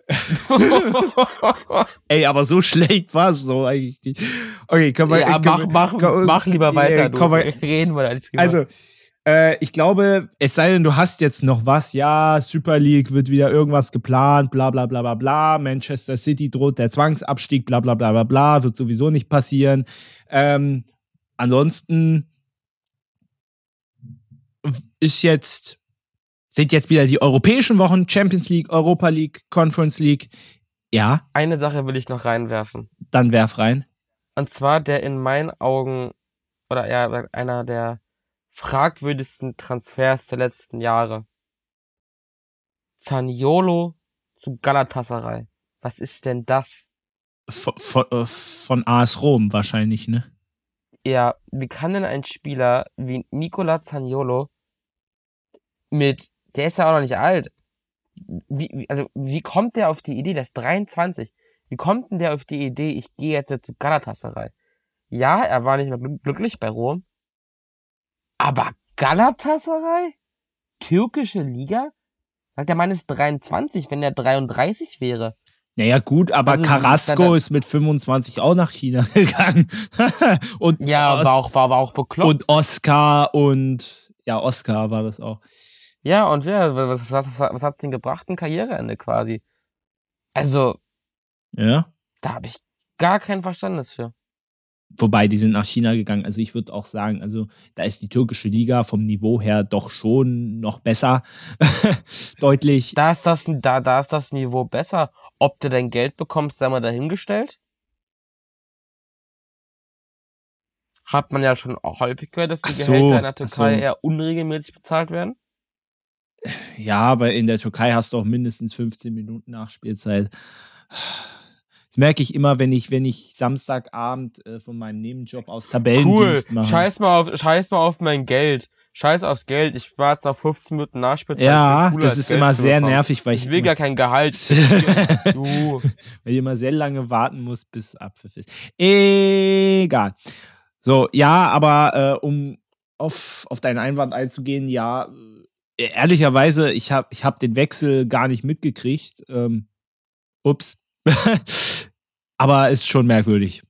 Ey, aber so schlecht war es so eigentlich nicht. Okay, komm mal. Ja, komm, mach, mach, komm, mach lieber weiter, du. Komm mal, reden wir da nicht drüber. Also, äh, ich glaube, es sei denn, du hast jetzt noch was, ja, Super League wird wieder irgendwas geplant, bla bla bla bla bla, Manchester City droht der Zwangsabstieg, bla bla bla bla bla, wird sowieso nicht passieren. Ähm, ansonsten ist jetzt, sind jetzt wieder die europäischen Wochen, Champions League, Europa League, Conference League. Ja. Eine Sache will ich noch reinwerfen. Dann werf rein. Und zwar der in meinen Augen, oder eher einer der fragwürdigsten Transfers der letzten Jahre. Zaniolo zu Galatasaray. Was ist denn das? Von, von, von A S Rom wahrscheinlich, ne? Ja, wie kann denn ein Spieler wie Nicola Zaniolo mit, der ist ja auch noch nicht alt, wie, also wie kommt der auf die Idee, der ist dreiundzwanzig, wie kommt denn der auf die Idee, ich gehe jetzt zu Galatasaray? Ja, er war nicht mehr glücklich bei Rom, aber Galatasaray? Türkische Liga? Der Mann ist dreiundzwanzig, wenn er dreiunddreißig wäre. Naja, gut, aber also, Carrasco ist mit fünfundzwanzig auch nach China gegangen. Und ja, Os- war auch, war aber auch bekloppt. Und Oscar und, ja, Oscar war das auch. Ja, und ja, was, was, was hat's denn gebracht? Ein Karriereende quasi. Also, ja, da habe ich gar kein Verständnis für. Wobei, die sind nach China gegangen. Also ich würde auch sagen, also da ist die türkische Liga vom Niveau her doch schon noch besser. Deutlich. Da ist das, da, da ist das Niveau besser. Ob du dein Geld bekommst, sei mal dahingestellt. Hat man ja schon auch häufig gehört, dass die so, Gehälter in der Türkei so. eher unregelmäßig bezahlt werden. Ja, aber in der Türkei hast du auch mindestens fünfzehn Minuten Nachspielzeit. Das merke ich immer, wenn ich, wenn ich Samstagabend äh, von meinem Nebenjob aus Tabellendienst cool. mache. Scheiß mal auf, scheiß mal auf mein Geld. Scheiß aufs Geld. Ich spare jetzt auf fünfzehn Minuten Nachspielzeit. Ja, das ist Geld immer sehr bekommen. nervig, weil ich. Ich will gar kein Gehalt. du. Weil ich immer sehr lange warten muss, bis Abpfiff ist. Egal. So, ja, aber äh, um auf, auf deinen Einwand einzugehen, ja, äh, ehrlicherweise, ich habe ich hab den Wechsel gar nicht mitgekriegt. Ähm, ups. Aber ist schon merkwürdig.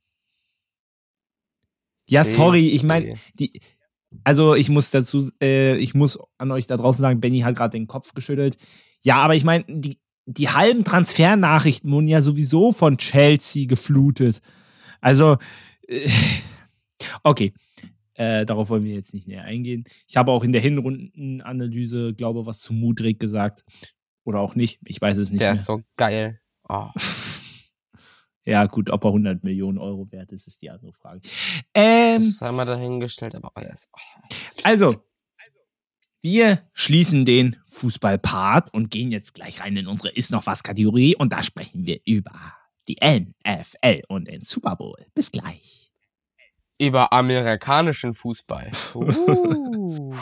Ja, sorry, ich meine, die, also ich muss dazu, äh, ich muss an euch da draußen sagen, Benny hat gerade den Kopf geschüttelt. Ja, aber ich meine, die, die halben Transfernachrichten wurden ja sowieso von Chelsea geflutet. Also, äh, okay, äh, darauf wollen wir jetzt nicht näher eingehen. Ich habe auch in der Hinrundenanalyse, glaube ich, was zu Mudryk gesagt. Oder auch nicht, ich weiß es nicht Der mehr. ist so geil. Oh. Ja, gut, ob er hundert Millionen Euro wert ist, ist die andere Frage. Ähm, das haben wir dahingestellt, aber oh, yes. oh. Also, wir schließen den Fußball-Part und gehen jetzt gleich rein in unsere Ist noch was Kategorie und da sprechen wir über die N F L und den Super Bowl. Bis gleich. Über amerikanischen Fußball. Uh.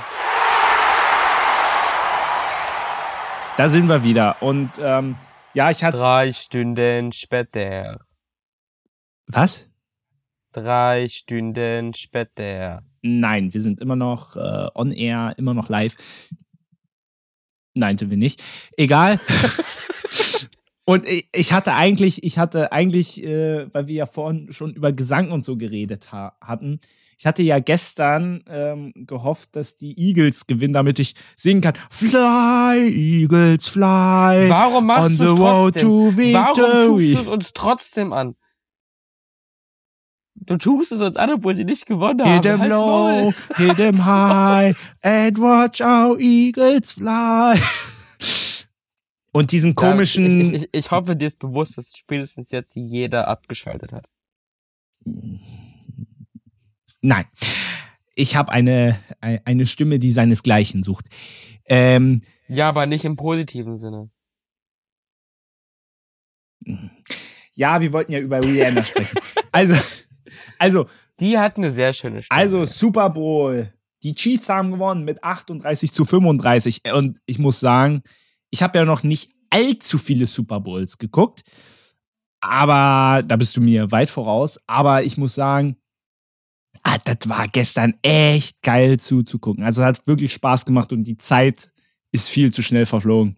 Da sind wir wieder und ähm, ja, ich hatte... Drei Stunden später. Was? Drei Stunden später. Nein, wir sind immer noch äh, on air, immer noch live. Nein, sind wir nicht. Egal. Und ich hatte eigentlich, ich hatte eigentlich, äh, weil wir ja vorhin schon über Gesang und so geredet ha- hatten, ich hatte ja gestern ähm, gehofft, dass die Eagles gewinnen, damit ich singen kann. Fly, Eagles, fly. Warum machst on du the es road trotzdem? to victory. Warum tust du es uns trotzdem an? Du tust es uns an, obwohl sie nicht gewonnen haben. Hit them low, hit them high, and watch our Eagles fly. Und diesen komischen... Ja, ich, ich, ich hoffe, dir ist bewusst, dass spätestens jetzt jeder abgeschaltet hat. Nein. Ich habe eine, eine Stimme, die seinesgleichen sucht. Ähm, ja, aber nicht im positiven Sinne. Ja, wir wollten ja über Rihanna sprechen. Also, also... Die hat eine sehr schöne Stimme. Also, Super Bowl. Die Chiefs haben gewonnen mit achtunddreißig zu fünfunddreißig. Und ich muss sagen, ich habe ja noch nicht allzu viele Super Bowls geguckt. Aber da bist du mir weit voraus. Aber ich muss sagen, ah, das war gestern echt geil zuzugucken. Also es hat wirklich Spaß gemacht und die Zeit ist viel zu schnell verflogen.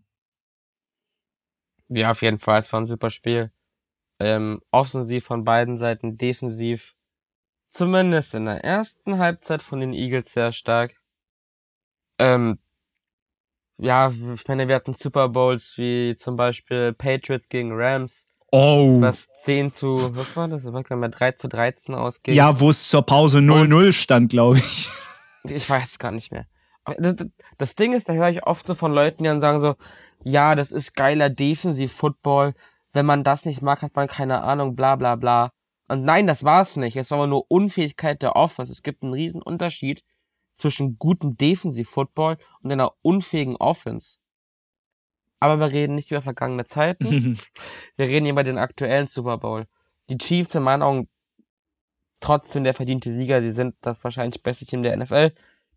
Ja, auf jeden Fall. Es war ein super Spiel. Ähm, offensiv von beiden Seiten, defensiv. Zumindest in der ersten Halbzeit von den Eagles sehr stark. Ähm, ja, ich meine, wir hatten Super Bowls wie zum Beispiel Patriots gegen Rams. Oh. Was zehn zu, was war das? Das war mal drei zu dreizehn ausging. Ja, wo es zur Pause null null stand, glaube ich. Ich weiß es gar nicht mehr. Das, das Ding ist, da höre ich oft so von Leuten, die dann sagen so, ja, das ist geiler Defensiv-Football. Wenn man das nicht mag, hat man keine Ahnung, bla bla bla. Und nein, das war es nicht. Es war aber nur Unfähigkeit der Offense. Es gibt einen riesen Unterschied zwischen gutem Defensiv-Football und einer unfähigen Offense. Aber wir reden nicht über vergangene Zeiten. Wir reden über den aktuellen Super Bowl. Die Chiefs in meinen Augen trotzdem der verdiente Sieger. Sie sind das wahrscheinlich beste Team der N F L.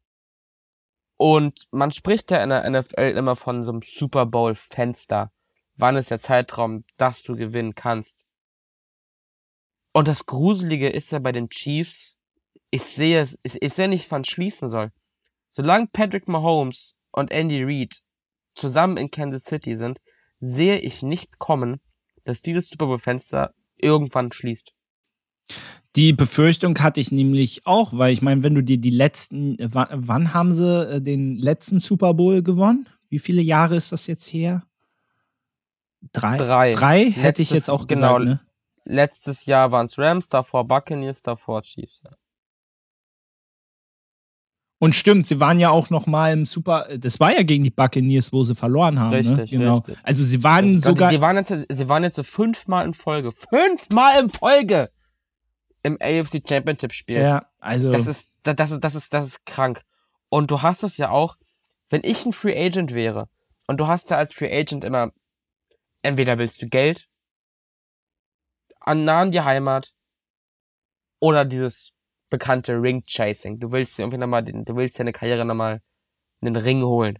Und man spricht ja in der N F L immer von so einem Super Bowl-Fenster. Wann ist der Zeitraum, dass du gewinnen kannst? Und das Gruselige ist ja bei den Chiefs, ich sehe es, ich, ich sehe nicht, wann es schließen soll. Solange Patrick Mahomes und Andy Reid zusammen in Kansas City sind, sehe ich nicht kommen, dass dieses Super Bowl-Fenster irgendwann schließt. Die Befürchtung hatte ich nämlich auch, weil ich meine, wenn du dir die letzten, wann, wann haben sie den letzten Super Bowl gewonnen? Wie viele Jahre ist das jetzt her? Drei? Drei. Drei Letztes, hätte ich jetzt auch genau, gesagt, ne? Letztes Jahr waren es Rams, davor Buccaneers, davor Chiefs. Ja. Und stimmt, sie waren ja auch noch mal im Super, das war ja gegen die Buccaneers, wo sie verloren haben. Richtig, ne? Genau. richtig. Also sie waren Ich sogar... Die, die waren jetzt, sie waren jetzt so fünfmal in Folge. Fünfmal in Folge! Im A F C Championship Spiel. Ja, also... Das ist, das ist, das ist, das ist krank. Und du hast es ja auch, wenn ich ein Free Agent wäre, und du hast ja als Free Agent immer, entweder willst du Geld, an nah an die Heimat, oder dieses bekannte Ring-Chasing. Du willst dir irgendwie nochmal, du willst dir eine Karriere nochmal einen Ring holen.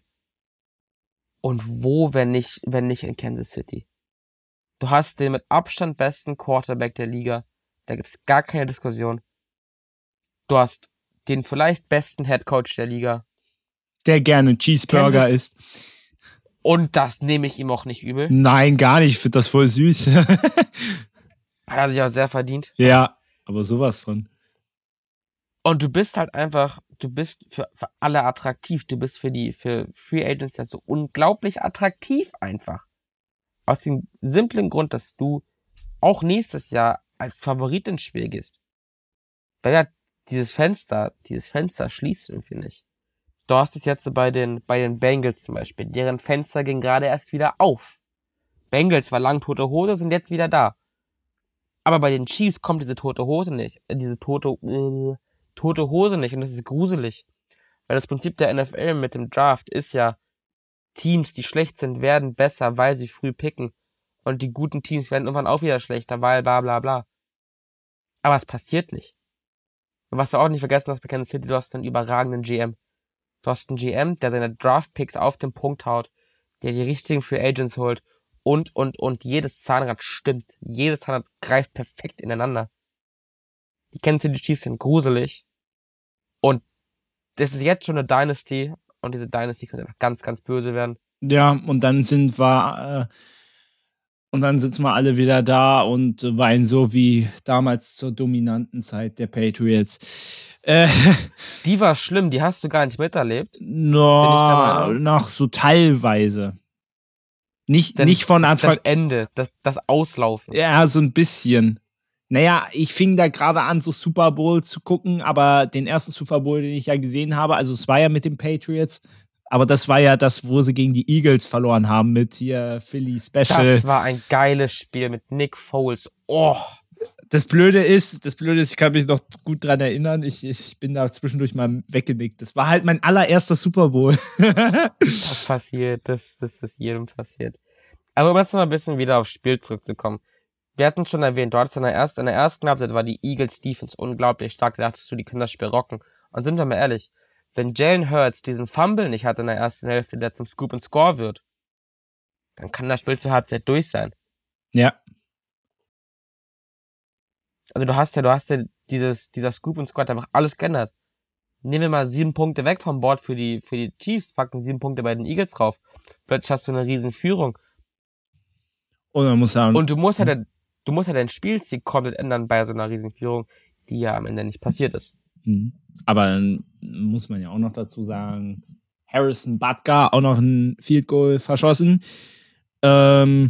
Und wo, wenn nicht, wenn nicht in Kansas City? Du hast den mit Abstand besten Quarterback der Liga. Da gibt's gar keine Diskussion. Du hast den vielleicht besten Headcoach der Liga. Der gerne Cheeseburger isst. Und das nehme ich ihm auch nicht übel. Nein, gar nicht. Ich finde das voll süß. Hat er sich auch sehr verdient. Ja, aber sowas von. Und du bist halt einfach, du bist für, für alle attraktiv. Du bist für die, für Free Agents ja so unglaublich attraktiv einfach. Aus dem simplen Grund, dass du auch nächstes Jahr als Favorit ins Spiel gehst. Weil ja dieses Fenster, dieses Fenster schließt irgendwie nicht. Du hast es jetzt bei den, bei den Bengals zum Beispiel. Deren Fenster ging gerade erst wieder auf. Bengals war lang tote Hose, sind jetzt wieder da. Aber bei den Chiefs kommt diese tote Hose nicht. Äh, diese tote, äh, tote Hose nicht. Und das ist gruselig. Weil das Prinzip der N F L mit dem Draft ist ja, Teams, die schlecht sind, werden besser, weil sie früh picken. Und die guten Teams werden irgendwann auch wieder schlechter, weil bla bla bla. Aber es passiert nicht. Und was du auch nicht vergessen hast bei Kansas City, du hast einen überragenden G M. Du hast einen G M, der seine Draft-Picks auf den Punkt haut, der die richtigen Free Agents holt und, und, und jedes Zahnrad stimmt. Jedes Zahnrad greift perfekt ineinander. Die Kansas City Chiefs sind gruselig. Und das ist jetzt schon eine Dynasty. Und diese Dynasty könnte ganz, ganz böse werden. Ja, und dann sind wir... Äh Und dann sitzen wir alle wieder da und weinen so wie damals zur dominanten Zeit der Patriots. Äh, die war schlimm, die hast du gar nicht miterlebt. No, noch so teilweise. Nicht, nicht von Anfang. Das Ende, das, das Auslaufen. Ja, so ein bisschen. Naja, ich fing da gerade an, so Super Bowl zu gucken, aber den ersten Super Bowl, den ich ja gesehen habe, also es war ja mit den Patriots, aber das war ja das, wo sie gegen die Eagles verloren haben mit hier Philly Special. Das war ein geiles Spiel mit Nick Foles. Oh. Das Blöde ist, das Blöde ist, ich kann mich noch gut dran erinnern, ich, ich bin da zwischendurch mal weggenickt. Das war halt mein allererster Super Bowl. Das passiert, das, das ist jedem passiert. Aber um jetzt mal ein bisschen wieder aufs Spiel zurückzukommen. Wir hatten schon erwähnt, du hattest in der ersten, in der ersten Halbzeit war die Eagles Defense unglaublich stark. Da dachtest du, die können das Spiel rocken. Und sind wir mal ehrlich, wenn Jalen Hurts diesen Fumble nicht hat in der ersten Hälfte, der zum Scoop and Score wird, dann kann das Spiel zur Halbzeit durch sein. Ja. Also du hast ja, du hast ja dieses, dieser Scoop and Score hat einfach alles geändert. Nehmen wir mal sieben Punkte weg vom Board für die, für die Chiefs, packen sieben Punkte bei den Eagles drauf. Plötzlich hast du eine riesen Führung. Und, man muss sagen, Und du musst ja, den, du musst ja deinen Spielstil komplett ändern bei so einer riesen Führung, die ja am Ende nicht passiert ist. Aber dann muss man ja auch noch dazu sagen, Harrison Butker auch noch ein Field Goal verschossen. Ähm,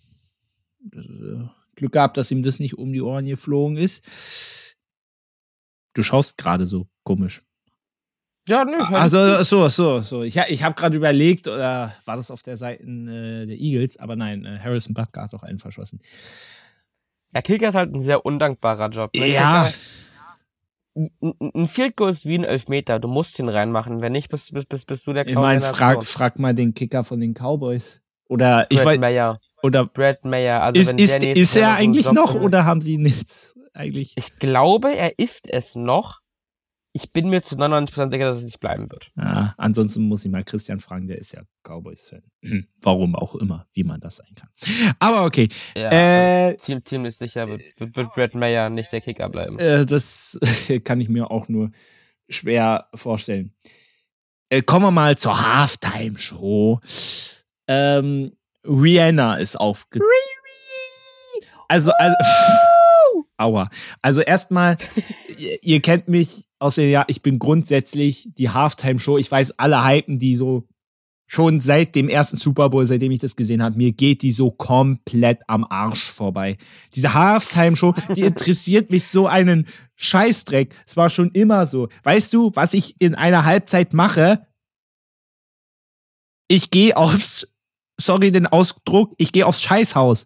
Glück gehabt, dass ihm das nicht um die Ohren geflogen ist. Du schaust gerade so komisch. Ja, nö. Also, so, so, so. Ich, ich habe gerade überlegt, oder war das auf der Seite äh, der Eagles? Aber nein, äh, Harrison Butker hat doch einen verschossen. Der Kicker ist halt ein sehr undankbarer Job. Ne? Ja. Ein, ein Field Goal ist wie ein Elfmeter. Du musst ihn reinmachen. Wenn nicht, bist, bist, bist, bist du der Clown. Ich meine, frag, frag mal den Kicker von den Cowboys. Oder Brad ich weiß. Mayer. Oder Brad Mayer. Also ist, wenn ist, der ist er eigentlich Job noch will, oder haben sie ihn jetzt eigentlich? Ich glaube, er ist es noch. Ich bin mir zu neunundneunzig Prozent sicher, dass es nicht bleiben wird. Ja, ansonsten muss ich mal Christian fragen, der ist ja Cowboys-Fan. Warum auch immer, wie man das sein kann. Aber okay. Ja, äh, ziemlich, ziemlich sicher wird, wird, wird Brad Mayer nicht der Kicker bleiben. Äh, das kann ich mir auch nur schwer vorstellen. Äh, kommen wir mal zur Halftime-Show. Ähm, Rihanna ist aufgetreten. Also, also aua. Also erstmal, ihr, ihr kennt mich aus dem Jahr, ich bin grundsätzlich die Halftime-Show. Ich weiß, alle hypen die so schon seit dem ersten Super Bowl, seitdem ich das gesehen habe. Mir geht die so komplett am Arsch vorbei. Diese Halftime-Show, die interessiert mich so einen Scheißdreck. Es war schon immer so. Weißt du, was ich in einer Halbzeit mache? Ich gehe aufs, sorry den Ausdruck, ich gehe aufs Scheißhaus.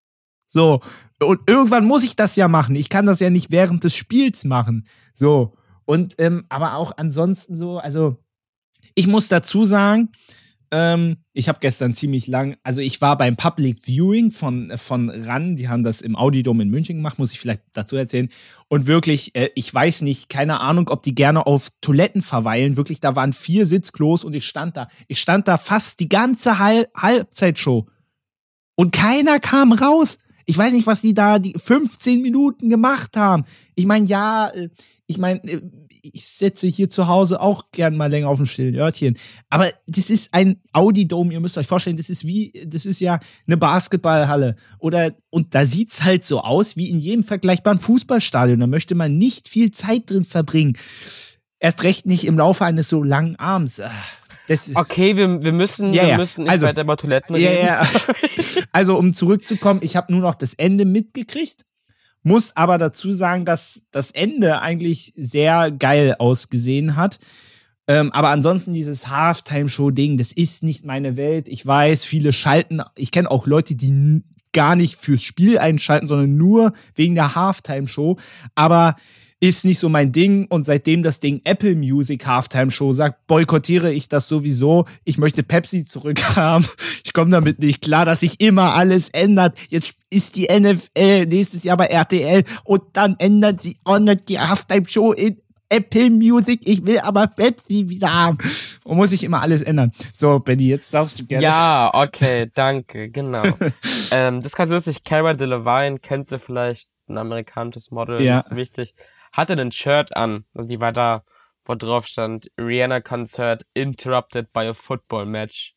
So. Und irgendwann muss ich das ja machen. Ich kann das ja nicht während des Spiels machen. So. Und, ähm, aber auch ansonsten so, also, ich muss dazu sagen, ähm, ich habe gestern ziemlich lang, also ich war beim Public Viewing von, von R A N, die haben das im Audi-Dom in München gemacht, muss ich vielleicht dazu erzählen. Und wirklich, äh, ich weiß nicht, keine Ahnung, ob die gerne auf Toiletten verweilen. Wirklich, da waren vier Sitzklos und ich stand da. Ich stand da fast die ganze Hal- Halbzeitshow. Und keiner kam raus. Ich weiß nicht, was die da die fünfzehn Minuten gemacht haben. Ich meine, ja, ich meine, ich setze hier zu Hause auch gern mal länger auf ein stillen Örtchen. Aber das ist ein Audi-Dome, ihr müsst euch vorstellen, das ist wie, das ist ja eine Basketballhalle. Oder, und da sieht's halt so aus wie in jedem vergleichbaren Fußballstadion. Da möchte man nicht viel Zeit drin verbringen. Erst recht nicht im Laufe eines so langen Abends. Das, okay, wir, wir müssen, ja, wir ja. müssen nicht also, weiter über Toiletten reden. Ja, ja. Also, um zurückzukommen, ich habe nur noch das Ende mitgekriegt, muss aber dazu sagen, dass das Ende eigentlich sehr geil ausgesehen hat. Ähm, aber ansonsten dieses Halftime-Show-Ding, das ist nicht meine Welt. Ich weiß, viele schalten, ich kenne auch Leute, die n- gar nicht fürs Spiel einschalten, sondern nur wegen der Halftime-Show. Aber ist nicht so mein Ding und seitdem das Ding Apple Music Halftime Show sagt, boykottiere ich das sowieso. Ich möchte Pepsi zurückhaben. Ich komme damit nicht klar, dass sich immer alles ändert. Jetzt ist die N F L nächstes Jahr bei R T L und dann ändert sie auch noch die Halftime Show in Apple Music. Ich will aber Pepsi wieder haben. Und muss ich immer alles ändern. So, Benny, jetzt darfst du gerne. Ja, okay, danke, genau. ähm, das kann so lustig. Cara Delevingne, kennt sie vielleicht, ein amerikanisches Model, Ja. ist wichtig. Hatte ein Shirt an und die war da, wo drauf stand, Rihanna Concert interrupted by a football match.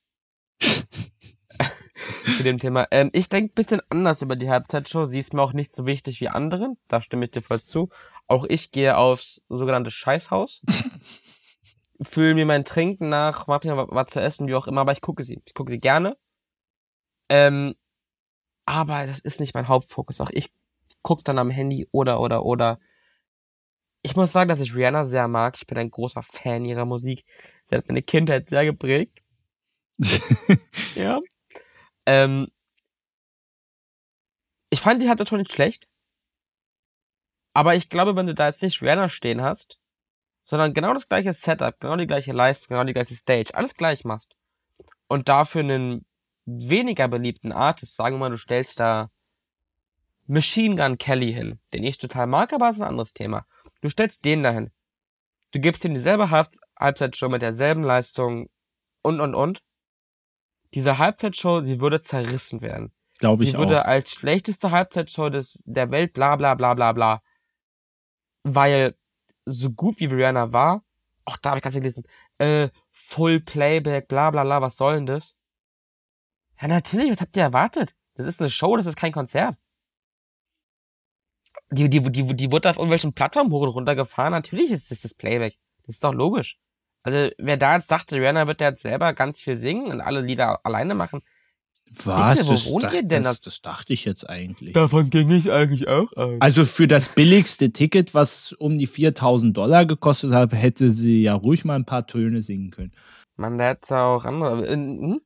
Zu dem Thema. Ähm, ich denke ein bisschen anders über die Halbzeitshow. Sie ist mir auch nicht so wichtig wie anderen. Da stimme ich dir voll zu. Auch ich gehe aufs sogenannte Scheißhaus. Fülle mir mein Trinken nach, mach mir was zu essen, wie auch immer, aber ich gucke sie. Ich gucke sie gerne. Ähm, aber das ist nicht mein Hauptfokus. Auch ich gucke dann am Handy oder, oder, oder. Ich muss sagen, dass ich Rihanna sehr mag. Ich bin ein großer Fan ihrer Musik. Sie hat meine Kindheit sehr geprägt. Ja. Ähm, ich fand die halt schon nicht schlecht. Aber ich glaube, wenn du da jetzt nicht Rihanna stehen hast, sondern genau das gleiche Setup, genau die gleiche Leistung, genau die gleiche Stage, alles gleich machst und dafür einen weniger beliebten Artist, sagen wir mal, du stellst da Machine Gun Kelly hin, den ich total mag, aber das ist ein anderes Thema. Du stellst den dahin. Du gibst ihm dieselbe Half- Halbzeitshow mit derselben Leistung und, und, und. Diese Halbzeitshow, sie würde zerrissen werden. Glaube ich sie auch. würde als schlechteste Halbzeitshow des, der Welt bla bla bla bla bla. Weil so gut wie Rihanna war, auch da habe ich ganz viel gelesen, äh, Full Playback, bla bla bla, was soll denn das? Ja, natürlich, was habt ihr erwartet? Das ist eine Show, das ist kein Konzert. Die, die, die, die wurde auf irgendwelchen Plattformen hoch und runter gefahren. Natürlich ist das das Playback. Das ist doch logisch. Also, wer da jetzt dachte, Rihanna wird da jetzt selber ganz viel singen und alle Lieder alleine machen. Was? Bitte, wo das, wohnt das, ihr denn? das, das dachte ich jetzt eigentlich. Davon ging ich eigentlich auch aus. Also für das billigste Ticket, was um die viertausend Dollar gekostet hat, hätte sie ja ruhig mal ein paar Töne singen können. Man, da hätte auch andere. Äh, hm?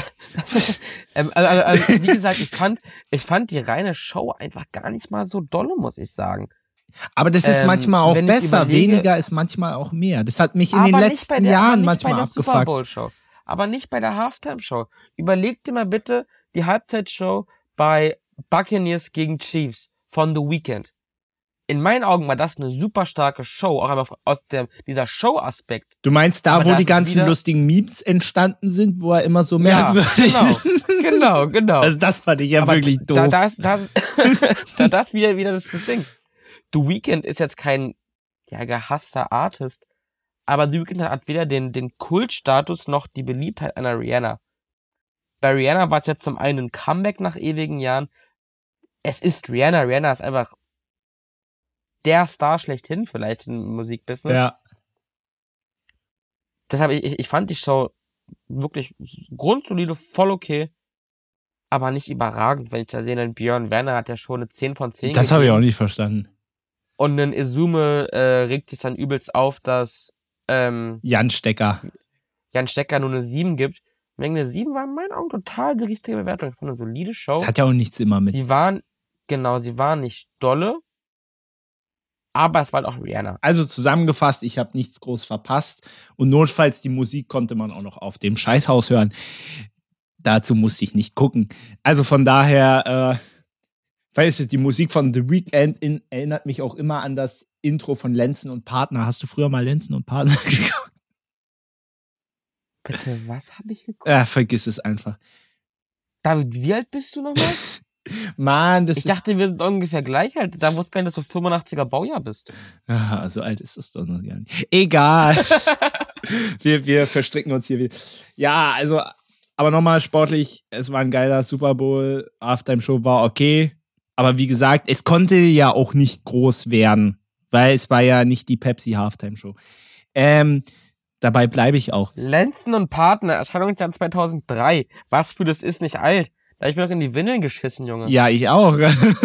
ähm, also, also, wie gesagt, ich fand, ich fand die reine Show einfach gar nicht mal so dolle, muss ich sagen. Aber das ist Ähm, manchmal auch wenn ich besser. überlege- Weniger ist manchmal auch mehr. Das hat mich in aber den nicht letzten bei der, Jahren aber nicht manchmal bei der Super abgefuckt. Bowl Show. Aber nicht bei der Halftime Show. Überleg dir mal bitte die Halbzeitshow bei Buccaneers gegen Chiefs von The Weeknd. In meinen Augen war das eine super starke Show, auch einfach aus dem, dieser Show-Aspekt. Du meinst da, Aber wo das die ist ganzen wieder- lustigen Memes entstanden sind, wo er immer so Ja, merkwürdig genau, genau, genau. Also das fand ich ja Aber wirklich doof. Da, da ist, da, ist- da das wieder, wieder das, das Ding. The Weeknd ist jetzt kein ja, gehasster Artist, aber The Weeknd hat weder den, den Kultstatus noch die Beliebtheit einer Rihanna. Bei Rihanna war es jetzt zum einen ein Comeback nach ewigen Jahren. Es ist Rihanna. Rihanna ist einfach der Star schlechthin vielleicht im Musikbusiness. ja. Deshalb, ich, ich fand die Show wirklich grundsolide, voll okay, aber nicht überragend, wenn ich da sehe, ein Björn Werner hat ja schon eine zehn von zehn Das habe ich auch gegeben. nicht verstanden. Und ein Izume äh, regt sich dann übelst auf, dass ähm, Jan Stecker. Jan Stecker nur eine sieben gibt. Und eine sieben war in meinen Augen total die richtige Bewertung. Es war eine solide Show. Das hat ja auch nichts immer mit. Sie waren, genau, sie waren nicht dolle, aber es war halt auch Rihanna. Also zusammengefasst, ich habe nichts groß verpasst. Und notfalls die Musik konnte man auch noch auf dem Scheißhaus hören. Dazu musste ich nicht gucken. Also von daher, äh, weißt du, die Musik von The Weeknd in, erinnert mich auch immer an das Intro von Lenzen und Partner. Hast du früher mal Lenzen und Partner geguckt? Bitte, was habe ich geguckt? Ja, vergiss es einfach. David, wie alt bist du nochmal? Mann, das Ich dachte, wir sind ungefähr gleich alt. Da wusste gar nicht, dass du fünfundachtziger Baujahr bist. Ah, so alt ist es doch noch gar nicht. Egal. wir, wir verstricken uns hier wieder. Ja, also, aber nochmal sportlich, es war ein geiler Super Bowl. Halftime-Show war okay. Aber wie gesagt, es konnte ja auch nicht groß werden, weil es war ja nicht die Pepsi-Halftime-Show. Ähm, dabei bleibe ich auch. Lenzen und Partner, Erscheinungsjahr zweitausenddrei. Was für das ist nicht alt. Da hab ich mir noch in die Windeln geschissen, Junge. Ja, ich auch.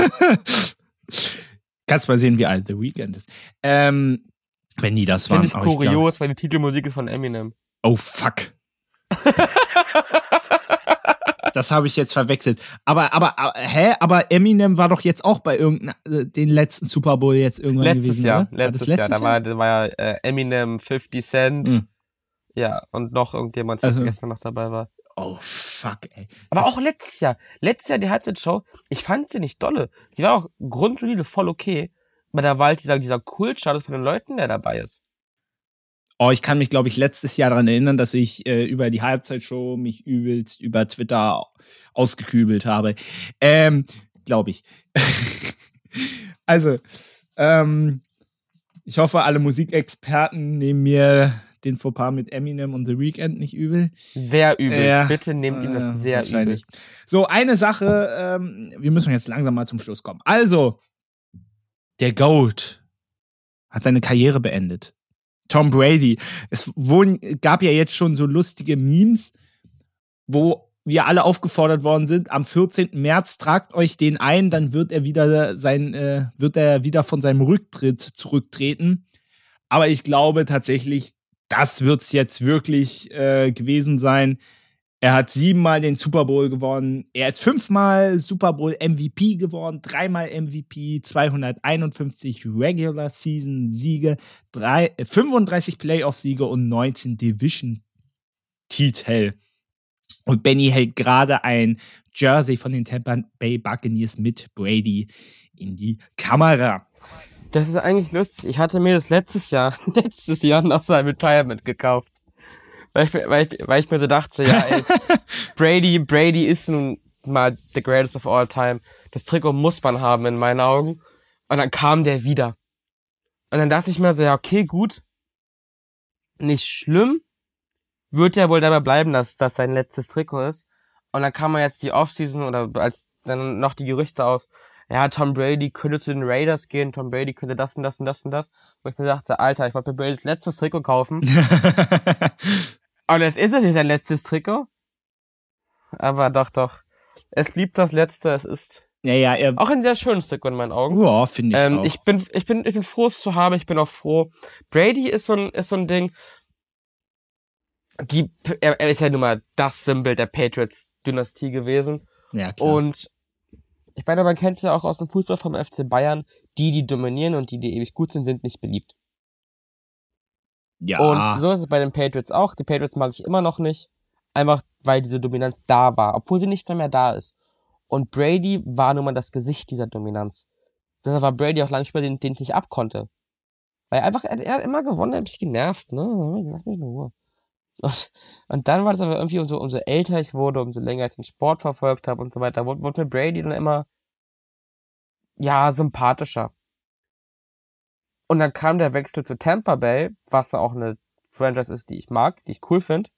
Kannst mal sehen, wie alt The Weeknd ist. Ähm, wenn die das waren. Finde ich aber glaub- kurios, weil die Titelmusik ist von Eminem. Oh, fuck. Das habe ich jetzt verwechselt. Aber, aber, aber, hä? Aber Eminem war doch jetzt auch bei irgendeinem, äh, den letzten Super Bowl jetzt irgendwann Letztes gewesen, Jahr, oder? War das letztes, Jahr. Da war, da war ja äh, Eminem, fifty Cent. Mhm. Ja, und noch irgendjemand, ich Also- vergessen, wer noch dabei war. Oh, fuck, ey. Aber Das- auch letztes Jahr. Letztes Jahr die Halbzeitshow, ich fand sie nicht dolle. Sie war auch grundsolide, voll okay. Aber da war halt dieser, dieser Kultstatus von den Leuten, der dabei ist. Oh, ich kann mich, glaube ich, letztes Jahr daran erinnern, dass ich äh, über die Halbzeitshow mich übelst über Twitter ausgekübelt habe. Ähm, glaube ich. Also, ähm, ich hoffe, alle Musikexperten nehmen mir den Fauxpas mit Eminem und The Weeknd nicht übel. Sehr übel. Ja. Bitte nehmt ihm Äh, das sehr übel. wahrscheinlich. So, eine Sache, ähm, wir müssen jetzt langsam mal zum Schluss kommen. Also, der GOAT hat seine Karriere beendet. Tom Brady. Es wurden, gab ja jetzt schon so lustige Memes, wo wir alle aufgefordert worden sind, am vierzehnten März tragt euch den ein, dann wird er wieder sein, äh, wird er wieder von seinem Rücktritt zurücktreten. Aber ich glaube tatsächlich, das wird's jetzt wirklich äh, gewesen sein. Er hat siebenmal den Super Bowl gewonnen. Er ist fünfmal Super Bowl M V P geworden, dreimal M V P, zweihunderteinundfünfzig Regular Season Siege, drei, äh, fünfunddreißig Playoff Siege und neunzehn Division Titel. Und Benny hält gerade ein Jersey von den Tampa Bay Buccaneers mit Brady in die Kamera. Das ist eigentlich lustig. Ich hatte mir das letztes Jahr, letztes Jahr nach seinem Retirement gekauft. Weil ich, weil ich, weil ich mir so dachte, ja, ey, Brady, Brady ist nun mal the greatest of all time. Das Trikot muss man haben in meinen Augen. Und dann kam der wieder. Und dann dachte ich mir so, ja, okay, gut. Nicht schlimm. Wird ja wohl dabei bleiben, dass das sein letztes Trikot ist. Und dann kam man jetzt die Offseason oder als dann noch die Gerüchte auf, ja, Tom Brady könnte zu den Raiders gehen, Tom Brady könnte das und das und das und das. Wo ich mir dachte, Alter, ich wollte mir Bradys letztes Trikot kaufen. Und es ist nicht sein letztes Trikot. Aber doch, doch. Es blieb das letzte, es ist ja, ja, er auch ein sehr schönes Trikot in meinen Augen. Ja, finde ich ähm, auch. Ich bin, ich bin, ich bin froh, es zu haben. Ich bin auch froh. Brady ist so ein, ist so ein Ding. Die, er, er ist ja nun mal das Symbol der Patriots-Dynastie gewesen. Ja, klar. Und ich meine, man kennt es ja auch aus dem Fußball vom F C Bayern. Die, die dominieren und die, die ewig gut sind, sind nicht beliebt. Ja. Und so ist es bei den Patriots auch. Die Patriots mag ich immer noch nicht. Einfach, weil diese Dominanz da war, obwohl sie nicht mehr, mehr da ist. Und Brady war nun mal das Gesicht dieser Dominanz. Deshalb war Brady auch lange Spieler, den, den ich nicht abkonnte. Weil einfach, er, er hat immer gewonnen, er hat mich genervt, ne? Lass mich in Ruhe. Und, und dann war das aber irgendwie, umso, umso älter ich wurde, umso länger ich den Sport verfolgt habe und so weiter, wurde, wurde mir Brady dann immer, ja, sympathischer. Und dann kam der Wechsel zu Tampa Bay, was auch eine Franchise ist, die ich mag, die ich cool finde.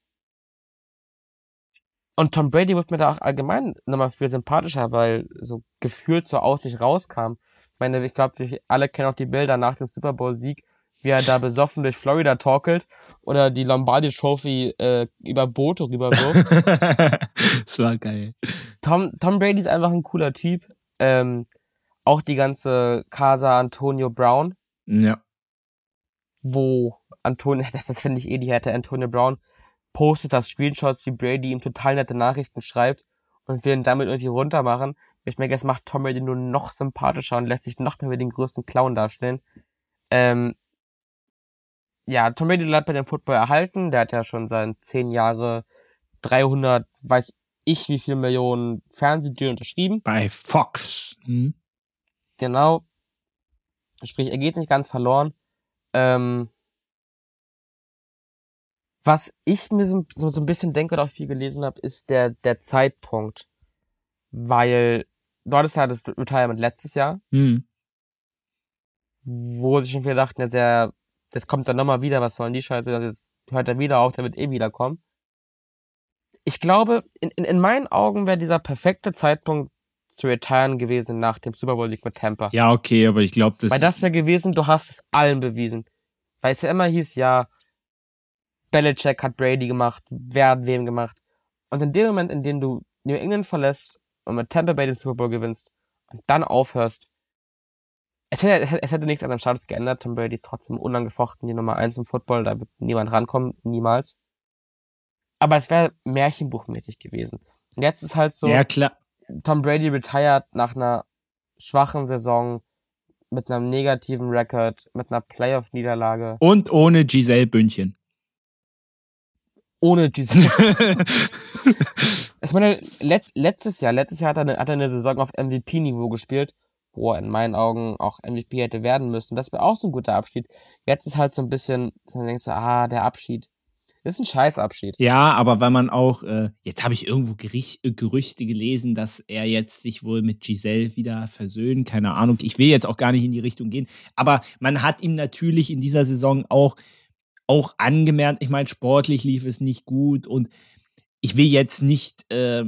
Und Tom Brady wird mir da auch allgemein nochmal viel sympathischer, weil so gefühlt so aus sich rauskam. Ich meine, ich glaube, wir alle kennen auch die Bilder nach dem Super Bowl-Sieg, wie er da besoffen durch Florida torkelt oder die Lombardi Trophy äh, über Boote rüberwirft. Das war geil. Tom, Tom Brady ist einfach ein cooler Typ. Ähm, auch die ganze Casa Antonio Brown. Ja. Wo Antonio, das, das finde ich eh die Härte, Antonio Brown postet das Screenshots, wie Brady ihm total nette Nachrichten schreibt und will ihn damit irgendwie runtermachen. Ich merke, es macht Tom Brady nur noch sympathischer und lässt sich noch mehr wie den größten Clown darstellen. Ähm, ja, Tom Brady bleibt bei dem Football erhalten. Der hat ja schon seit zehn Jahre dreihundert, weiß ich wie viel Millionen Fernsehdeal unterschrieben. Bei Fox. Hm. Genau. Sprich, er geht nicht ganz verloren. Ähm, Was ich mir so, so, so ein bisschen denke oder auch viel gelesen habe, ist der der Zeitpunkt. Weil du hattest ja das Retirement letztes Jahr, Hm. wo sich schon viele dachten, jetzt ja, das kommt dann nochmal wieder, was soll denn die Scheiße, jetzt hört er wieder auf, der wird eh wiederkommen. Ich glaube, in, in, in meinen Augen wäre dieser perfekte Zeitpunkt zu retiren gewesen nach dem Super Bowl League mit Tampa. Ja, okay, aber ich glaube, das... Weil das wäre gewesen, du hast es allen bewiesen. Weil es ja immer hieß, ja, Belichick hat Brady gemacht, wer hat wem gemacht. Und in dem Moment, in dem du New England verlässt und mit Tampa Bay den Super Bowl gewinnst und dann aufhörst, es hätte, es hätte nichts an seinem Status geändert. Tom Brady ist trotzdem unangefochten die Nummer eins im Football, da wird niemand rankommen, niemals. Aber es wäre märchenbuchmäßig gewesen. Und jetzt ist halt so, ja, klar. Tom Brady retired nach einer schwachen Saison, mit einem negativen Record, mit einer Playoff-Niederlage. Und ohne Gisele Bündchen. Ohne Gisele. Ich meine, let, letztes Jahr, letztes Jahr hat er, eine, hat er eine Saison auf M V P-Niveau gespielt, wo er in meinen Augen auch M V P hätte werden müssen. Das wäre auch so ein guter Abschied. Jetzt ist halt so ein bisschen, dann denkst du, ah, der Abschied. Das ist ein Scheißabschied. Ja, aber weil man auch, äh, jetzt habe ich irgendwo Gericht, äh, Gerüchte gelesen, dass er jetzt sich wohl mit Gisele wieder versöhnt. Keine Ahnung, ich will jetzt auch gar nicht in die Richtung gehen. Aber man hat ihm natürlich in dieser Saison auch, auch angemerkt, ich meine, sportlich lief es nicht gut und ich will jetzt nicht äh,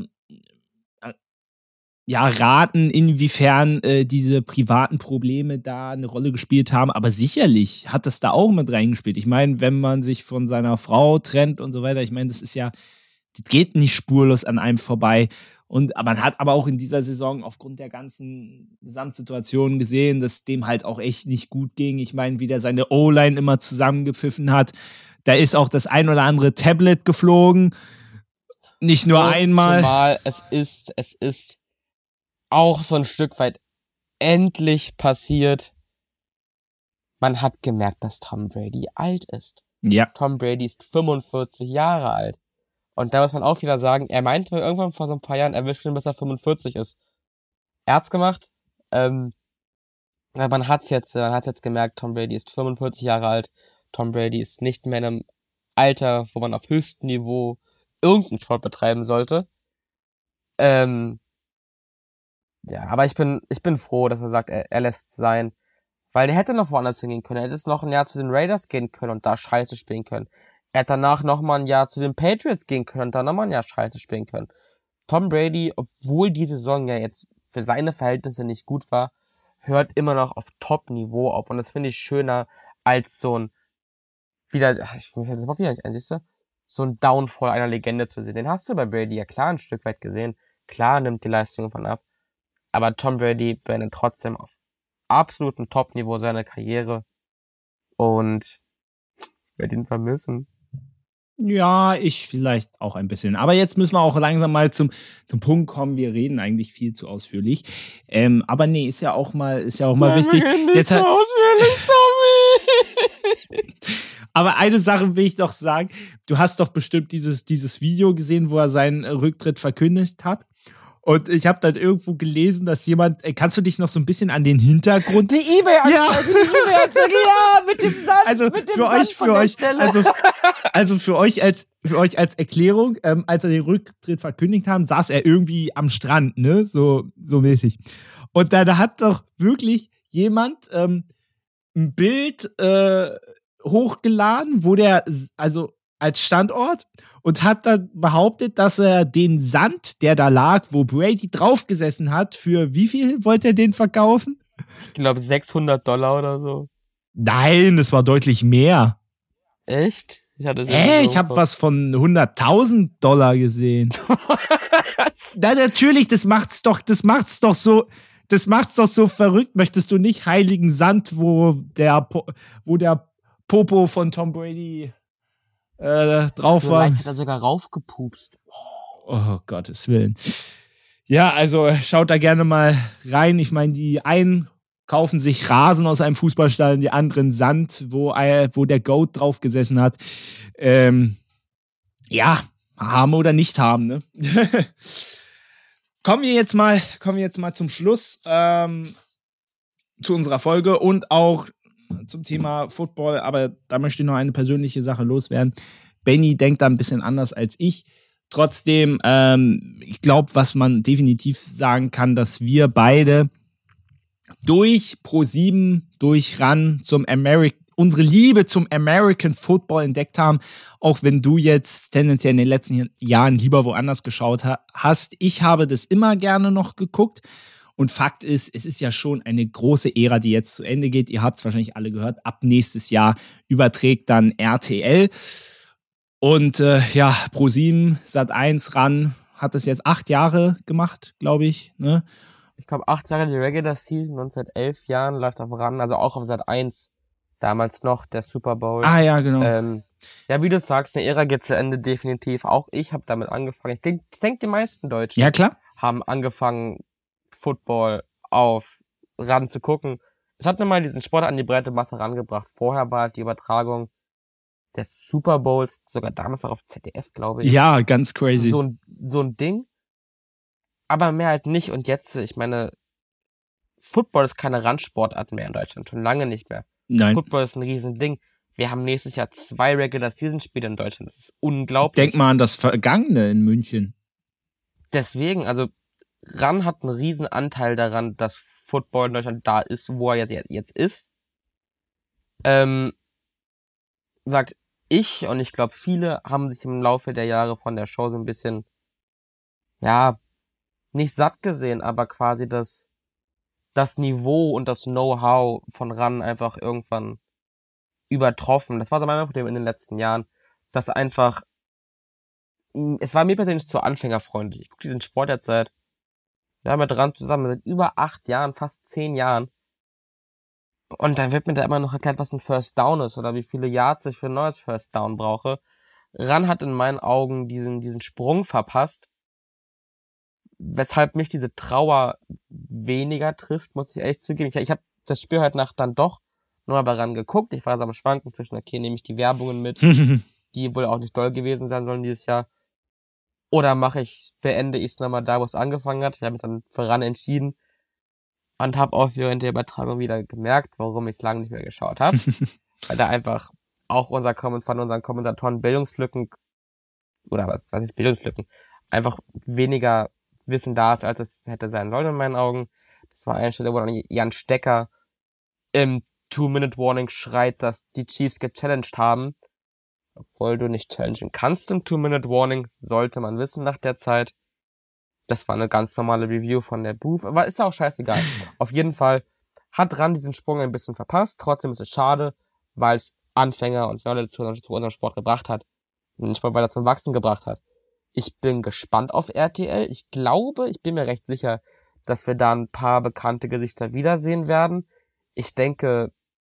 ja, raten, inwiefern äh, diese privaten Probleme da eine Rolle gespielt haben, aber sicherlich hat das da auch mit reingespielt. Ich meine, wenn man sich von seiner Frau trennt und so weiter, ich meine, das ist ja, das geht nicht spurlos an einem vorbei. Und man hat aber auch in dieser Saison aufgrund der ganzen Gesamtsituation gesehen, dass dem halt auch echt nicht gut ging. Ich meine, wie der seine O-Line immer zusammengepfiffen hat. Da ist auch das ein oder andere Tablet geflogen. Nicht nur Und einmal. Zumal es ist, es ist auch so ein Stück weit endlich passiert. Man hat gemerkt, dass Tom Brady alt ist. Ja. Tom Brady ist fünfundvierzig Jahre alt. Und da muss man auch wieder sagen, er meinte irgendwann vor so ein paar Jahren, er will schon, bis er fünfundvierzig ist. Er hat's gemacht. Ähm, Ja, man hat's jetzt, man hat's jetzt gemerkt, Tom Brady ist fünfundvierzig Jahre alt. Tom Brady ist nicht mehr in einem Alter, wo man auf höchstem Niveau irgendeinen Sport betreiben sollte. Ähm, ja, aber ich bin, ich bin froh, dass er sagt, er, er lässt es sein. Weil der hätte noch woanders hingehen können. Er hätte es noch ein Jahr zu den Raiders gehen können und da Scheiße spielen können. Er hätte danach noch mal ein Jahr zu den Patriots gehen können und da noch mal ein Jahr Scheiße spielen können. Tom Brady, obwohl die Saison ja jetzt für seine Verhältnisse nicht gut war, hört immer noch auf Top-Niveau auf. Und das finde ich schöner als so ein, wieder, ich mir fällt das Wort wieder nicht ein, siehst du? So ein Downfall einer Legende zu sehen. Den hast du bei Brady ja klar ein Stück weit gesehen. Klar nimmt die Leistung von ab. Aber Tom Brady beendet trotzdem auf absoluten Top-Niveau seine Karriere. Und ich werde ihn vermissen. Ja, ich vielleicht auch ein bisschen. Aber jetzt müssen wir auch langsam mal zum, zum Punkt kommen. Wir reden eigentlich viel zu ausführlich. Ähm, aber nee, ist ja auch mal, ist ja auch mal Nein, wichtig. wir reden nicht Jetzt so hat, ausführlich, Tommy! aber eine Sache will ich doch sagen. Du hast doch bestimmt dieses, dieses Video gesehen, wo er seinen Rücktritt verkündet hat. Und ich habe dann irgendwo gelesen, dass jemand, äh, kannst du dich noch so ein bisschen an den Hintergrund... Die Ebay-Anzeige, Ja. die Ebay-Anzeige, ja, mit dem Sand, Also mit dem für Sand euch, von für der euch, Stelle. also, also für euch als, für euch als Erklärung, ähm, als er den Rücktritt verkündigt haben, saß er irgendwie am Strand, ne, so, so mäßig. Und da, da hat doch wirklich jemand ähm, ein Bild äh, hochgeladen, wo der, also als Standort, und hat dann behauptet, dass er den Sand, der da lag, wo Brady draufgesessen hat, für wie viel wollte er den verkaufen? Ich glaube sechshundert Dollar oder so. Nein, das war deutlich mehr. Echt? Ich hatte Hä, ich habe was von hunderttausend Dollar gesehen. Na, natürlich, das macht's doch, das macht's doch so, das macht's doch so verrückt. Möchtest du nicht heiligen Sand, wo der, Po- wo der Popo von Tom Brady äh, drauf so war? leicht hat er sogar raufgepupst. Oh, Gottes Willen. Ja, also schaut da gerne mal rein. Ich meine, die einen kaufen sich Rasen aus einem Fußballstadion, die anderen Sand, wo, äh, wo der Goat drauf gesessen hat. Ähm, ja, haben oder nicht haben, ne? kommen wir jetzt mal, kommen wir jetzt mal zum Schluss ähm, zu unserer Folge und auch zum Thema Football, aber da möchte ich noch eine persönliche Sache loswerden. Benny denkt da ein bisschen anders als ich. Trotzdem, ähm, ich glaube, was man definitiv sagen kann, dass wir beide durch ProSieben, durch RAN zum American, unsere Liebe zum American Football entdeckt haben, auch wenn du jetzt tendenziell in den letzten Jahren lieber woanders geschaut ha- hast. Ich habe das immer gerne noch geguckt. Und Fakt ist, es ist ja schon eine große Ära, die jetzt zu Ende geht. Ihr habt es wahrscheinlich alle gehört. Ab nächstes Jahr überträgt dann R T L. Und äh, ja, ProSieben, Sat eins, RAN hat das jetzt acht Jahre gemacht, glaube ich. Ne? Ich glaube, acht Jahre die Regular Season und seit elf Jahren läuft auf RAN, also auch auf Sat eins, damals noch der Super Bowl. Ah ja, genau. Ähm, ja, wie du sagst, eine Ära geht zu Ende, definitiv. Auch ich habe damit angefangen. Ich denke, ich denk, die meisten Deutschen Ja, klar. haben angefangen, Football auf RAN zu gucken. Es hat nun mal diesen Sport an die breite Masse rangebracht. Vorher war halt die Übertragung des Super Bowls, sogar damals auch auf Z D F, glaube ich. Ja, ganz crazy. So ein, so ein Ding. Aber mehr halt nicht. Und jetzt, ich meine, Football ist keine Randsportart mehr in Deutschland. Schon lange nicht mehr. Nein. Football ist ein Riesending. Wir haben nächstes Jahr zwei Regular-Season-Spiele in Deutschland. Das ist unglaublich. Denk mal an das Vergangene in München. Deswegen, also RAN hat einen riesen Anteil daran, dass Football in Deutschland da ist, wo er jetzt, jetzt ist. Ähm, sagt ich, und ich glaube viele haben sich im Laufe der Jahre von der Show so ein bisschen, ja, nicht satt gesehen, aber quasi das, das Niveau und das Know-how von RAN einfach irgendwann übertroffen. Das war so mein Problem in den letzten Jahren, dass einfach, es war mir persönlich zu anfängerfreundlich. Ich gucke diesen Sport jetzt seit, ja, mit RAN zusammen, seit über acht Jahren, fast zehn Jahren. Und dann wird mir da immer noch erklärt, was ein First Down ist oder wie viele Yards ich für ein neues First Down brauche. RAN hat in meinen Augen diesen, diesen Sprung verpasst, weshalb mich diese Trauer weniger trifft, muss ich ehrlich zugeben. Ich, ich habe das Spiel heute Nacht dann doch nochmal bei RAN geguckt. Ich war so am Schwanken zwischen, okay, nehme ich die Werbungen mit, die wohl auch nicht doll gewesen sein sollen dieses Jahr. Oder mache ich, beende ich es nochmal da, wo es angefangen hat. Ich habe mich dann für RAN entschieden. und habe auch während der Übertragung wieder gemerkt, warum ich es lange nicht mehr geschaut habe. Weil da einfach auch unser Komment von unseren Kommentatoren Bildungslücken, oder was, was ist Bildungslücken, einfach weniger Wissen da ist, als es hätte sein sollen in meinen Augen. Das war eine Stelle, wo dann Jan Stecker im Two-Minute-Warning schreit, dass die Chiefs gechallenged haben. Obwohl du nicht challengen kannst im Two-Minute-Warning, sollte man wissen nach der Zeit. Das war eine ganz normale Review von der Booth, aber ist ja auch scheißegal. Auf jeden Fall hat Ran diesen Sprung ein bisschen verpasst. Trotzdem ist es schade, weil es Anfänger und Leute zu, zu unserem Sport gebracht hat. Und den Sport weiter zum Wachsen gebracht hat. Ich bin gespannt auf R T L. Ich glaube, ich bin mir recht sicher, dass wir da ein paar bekannte Gesichter wiedersehen werden. Ich denke,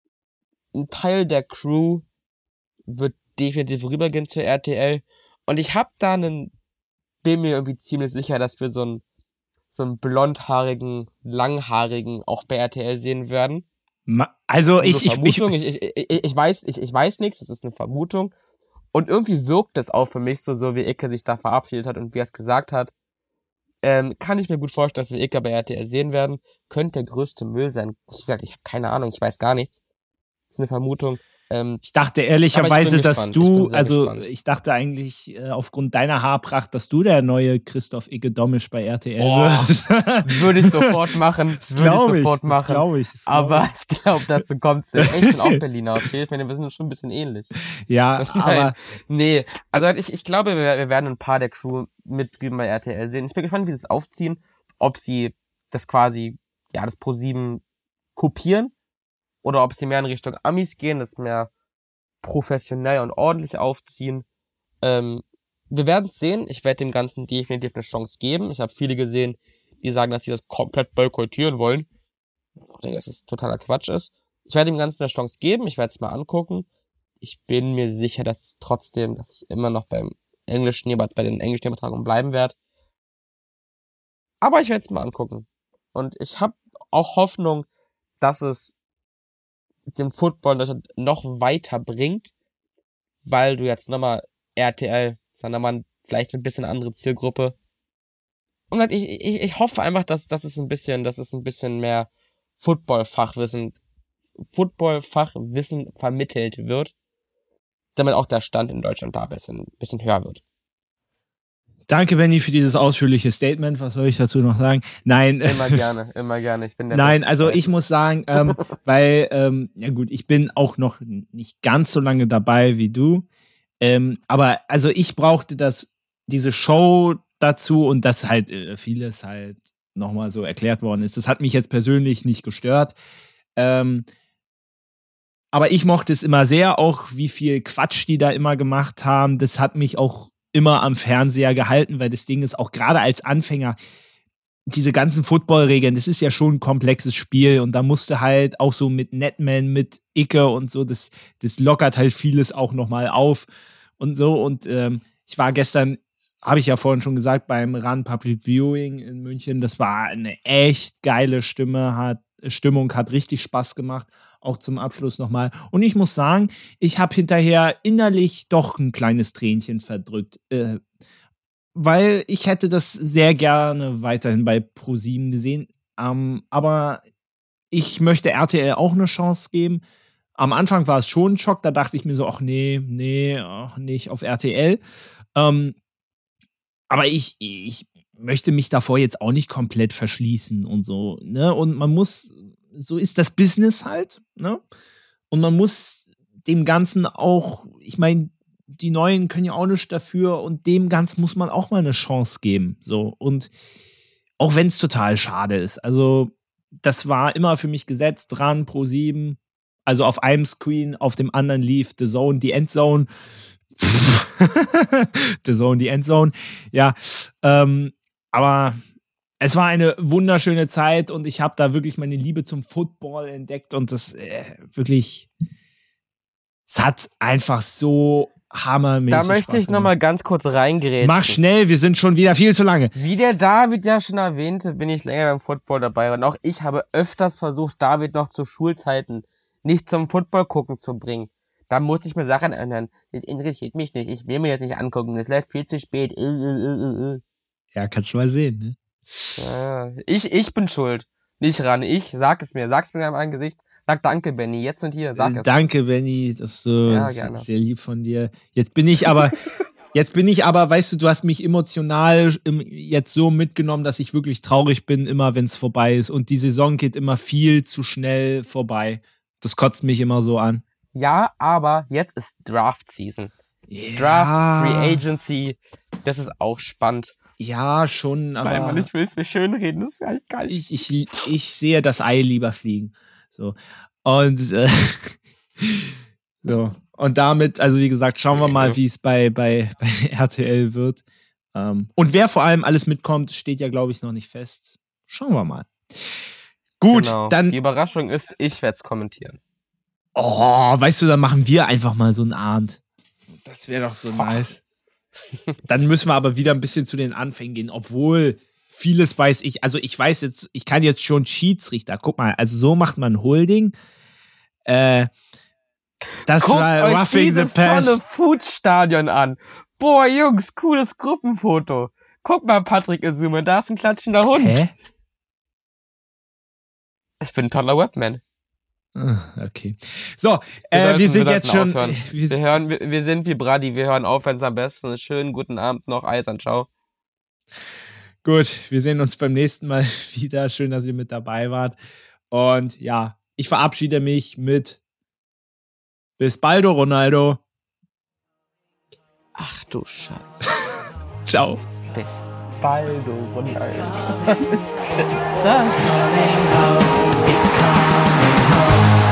ein Teil der Crew wird definitiv rübergehen zu R T L. Und ich hab da einen, bin mir irgendwie ziemlich sicher, dass wir so einen, so einen blondhaarigen, langhaarigen auch bei R T L sehen werden. Also ich, ich, ich, ich, ich, ich weiß, ich, ich weiß nichts, das ist eine Vermutung. Und irgendwie wirkt es auch für mich so, so wie Icke sich da verabschiedet hat und wie er es gesagt hat. Ähm, kann ich mir gut vorstellen, dass wir Icke bei R T L sehen werden. Könnte der größte Müll sein. Ich, ich habe keine Ahnung, ich weiß gar nichts. Das ist eine Vermutung. Ähm, ich dachte ehrlicherweise, dass du, ich also gespannt. ich dachte eigentlich äh, aufgrund deiner Haarpracht, dass du der neue Christoph Icke Domisch bei R T L wirst. Würde ich sofort machen. Das würde ich ich, sofort machen. Das ich, das aber ich, ich glaube, dazu kommt's nicht. Ich bin auch Berliner, okay? Ich meine, wir sind schon ein bisschen ähnlich. Ja, aber... Nee, also ich, ich glaube, wir, wir werden ein paar der Crew mit drüben bei R T L sehen. Ich bin gespannt, wie sie es aufziehen. Ob sie das quasi, ja, das ProSieben kopieren oder ob sie mehr in Richtung Amis gehen, das mehr professionell und ordentlich aufziehen. Ähm, wir werden es sehen. Ich werde dem Ganzen definitiv eine Chance geben. Ich habe viele gesehen, die sagen, dass sie das komplett boykottieren wollen. Ich denke, dass es totaler Quatsch ist. Ich werde dem Ganzen eine Chance geben. Ich werde es mal angucken. Ich bin mir sicher, dass es trotzdem, dass ich immer noch beim englischen, bei den englischen Übertragungen bleiben werde. Aber ich werde es mal angucken. Und ich habe auch Hoffnung, dass es dem Football noch weiter bringt, weil du jetzt nochmal R T L, ist dann nochmal vielleicht ein bisschen andere Zielgruppe. Und halt ich, ich, ich hoffe einfach, dass, dass es ein bisschen, dass es ein bisschen mehr Football-Fachwissen, Football-Fachwissen vermittelt wird, damit auch der Stand in Deutschland da ein bisschen, ein bisschen höher wird. Danke, Benny, für dieses ausführliche Statement. Was soll ich dazu noch sagen? Nein. Immer gerne, immer gerne. Ich bin der Nein, also ich muss sagen, ähm, weil, ähm, ja gut, ich bin auch noch nicht ganz so lange dabei wie du. Ähm, aber also ich brauchte das, diese Show dazu und dass halt äh, vieles halt nochmal so erklärt worden ist. Das hat mich jetzt persönlich nicht gestört. Ähm, aber ich mochte es immer sehr, auch wie viel Quatsch die da immer gemacht haben. Das hat mich auch immer am Fernseher gehalten, weil das Ding ist auch gerade als Anfänger, diese ganzen Football-Regeln, das ist ja schon ein komplexes Spiel und da musste halt auch so mit Netman, mit Icke und so, das, das lockert halt vieles auch nochmal auf und so und ähm, ich war gestern, habe ich ja vorhin schon gesagt, beim Run Public Viewing in München, das war eine echt geile Stimme, hat, Stimmung, hat richtig Spaß gemacht, auch zum Abschluss nochmal. Und ich muss sagen, ich habe hinterher innerlich doch ein kleines Tränchen verdrückt, äh, weil ich hätte das sehr gerne weiterhin bei ProSieben gesehen. Ähm, aber ich möchte R T L auch eine Chance geben. Am Anfang war es schon ein Schock, da dachte ich mir so, ach nee, nee, ach, nicht auf R T L. Ähm, aber ich, ich möchte mich davor jetzt auch nicht komplett verschließen und so, ne? Und man muss, so ist das Business halt, ne? Und man muss dem Ganzen auch, ich meine, die Neuen können ja auch nichts dafür und dem Ganzen muss man auch mal eine Chance geben, so. Und auch wenn es total schade ist, also das war immer für mich gesetzt dran, ProSieben, also auf einem Screen, auf dem anderen lief The Zone, die Endzone. The Zone, die Endzone. Ja, ähm, aber es war eine wunderschöne Zeit und ich habe da wirklich meine Liebe zum Football entdeckt und das äh, wirklich, es hat einfach so hammermäßig Da möchte ich nochmal ganz kurz reingrätschen. Mach schnell, wir sind schon wieder viel zu lange. Wie der David ja schon erwähnte, bin ich länger beim Football dabei und auch ich habe öfters versucht, David noch zu Schulzeiten nicht zum Football gucken zu bringen. Da muss ich mir Sachen ändern. Das interessiert mich nicht. Ich will mir jetzt nicht angucken. Es läuft viel zu spät. Ja, kannst du mal sehen, ne? Ja, ich, ich bin schuld. Nicht ran, ich. Sag es mir. Sag's mir in meinem Gesicht. Sag danke, Benny. Jetzt und hier. Sag Äh, es. Danke, Benny. Das ist so Ja, das ist gerne. sehr lieb von dir. Jetzt bin ich aber, jetzt bin ich aber, weißt du, du hast mich emotional im, jetzt so mitgenommen, dass ich wirklich traurig bin, immer wenn es vorbei ist. Und die Saison geht immer viel zu schnell vorbei. Das kotzt mich immer so an. Ja, aber jetzt ist Draft Season. Ja, Draft, Free Agency. Das ist auch spannend. Ja, schon, aber Nein, Mann, ich will es mir schön reden. Das ist ja echt geil. ich, ich, ich sehe das Ei lieber fliegen. So. Und äh, so. Und damit, also wie gesagt, schauen wir mal, wie es bei, bei, bei R T L wird. Ähm, und wer vor allem alles mitkommt, steht ja, glaube ich, noch nicht fest. Schauen wir mal. Gut, Genau. dann. Die Überraschung ist, ich werde es kommentieren. Oh, weißt du, dann machen wir einfach mal so einen Abend. Das wäre doch so nice. Dann müssen wir aber wieder ein bisschen zu den Anfängen gehen, obwohl vieles weiß ich, also ich weiß jetzt, ich kann jetzt schon Schiedsrichter, guck mal, also so macht man Holding. Äh, das Guckt war euch Roughing the dieses tolle Pass. Food-Stadion an. Boah, Jungs, cooles Gruppenfoto. Guck mal, Patrick Isume, da ist ein klatschender Hund. Hä? Ich bin ein toller Webman. Ah, okay. So, Wir, äh, sollten, wir sind wir jetzt sollten schon. aufhören. Wir, Wir, hören, wir, wir sind wie Brady, wir hören auf, wenn es am besten ist. Schönen guten Abend noch, Eisern, ciao. gut, wir sehen uns beim nächsten Mal wieder. Schön, dass ihr mit dabei wart. Und ja, ich verabschiede mich mit bis baldo, Ronaldo. Ach du Scheiße. Ciao. Bis baldo, Ronaldo. It's coming home.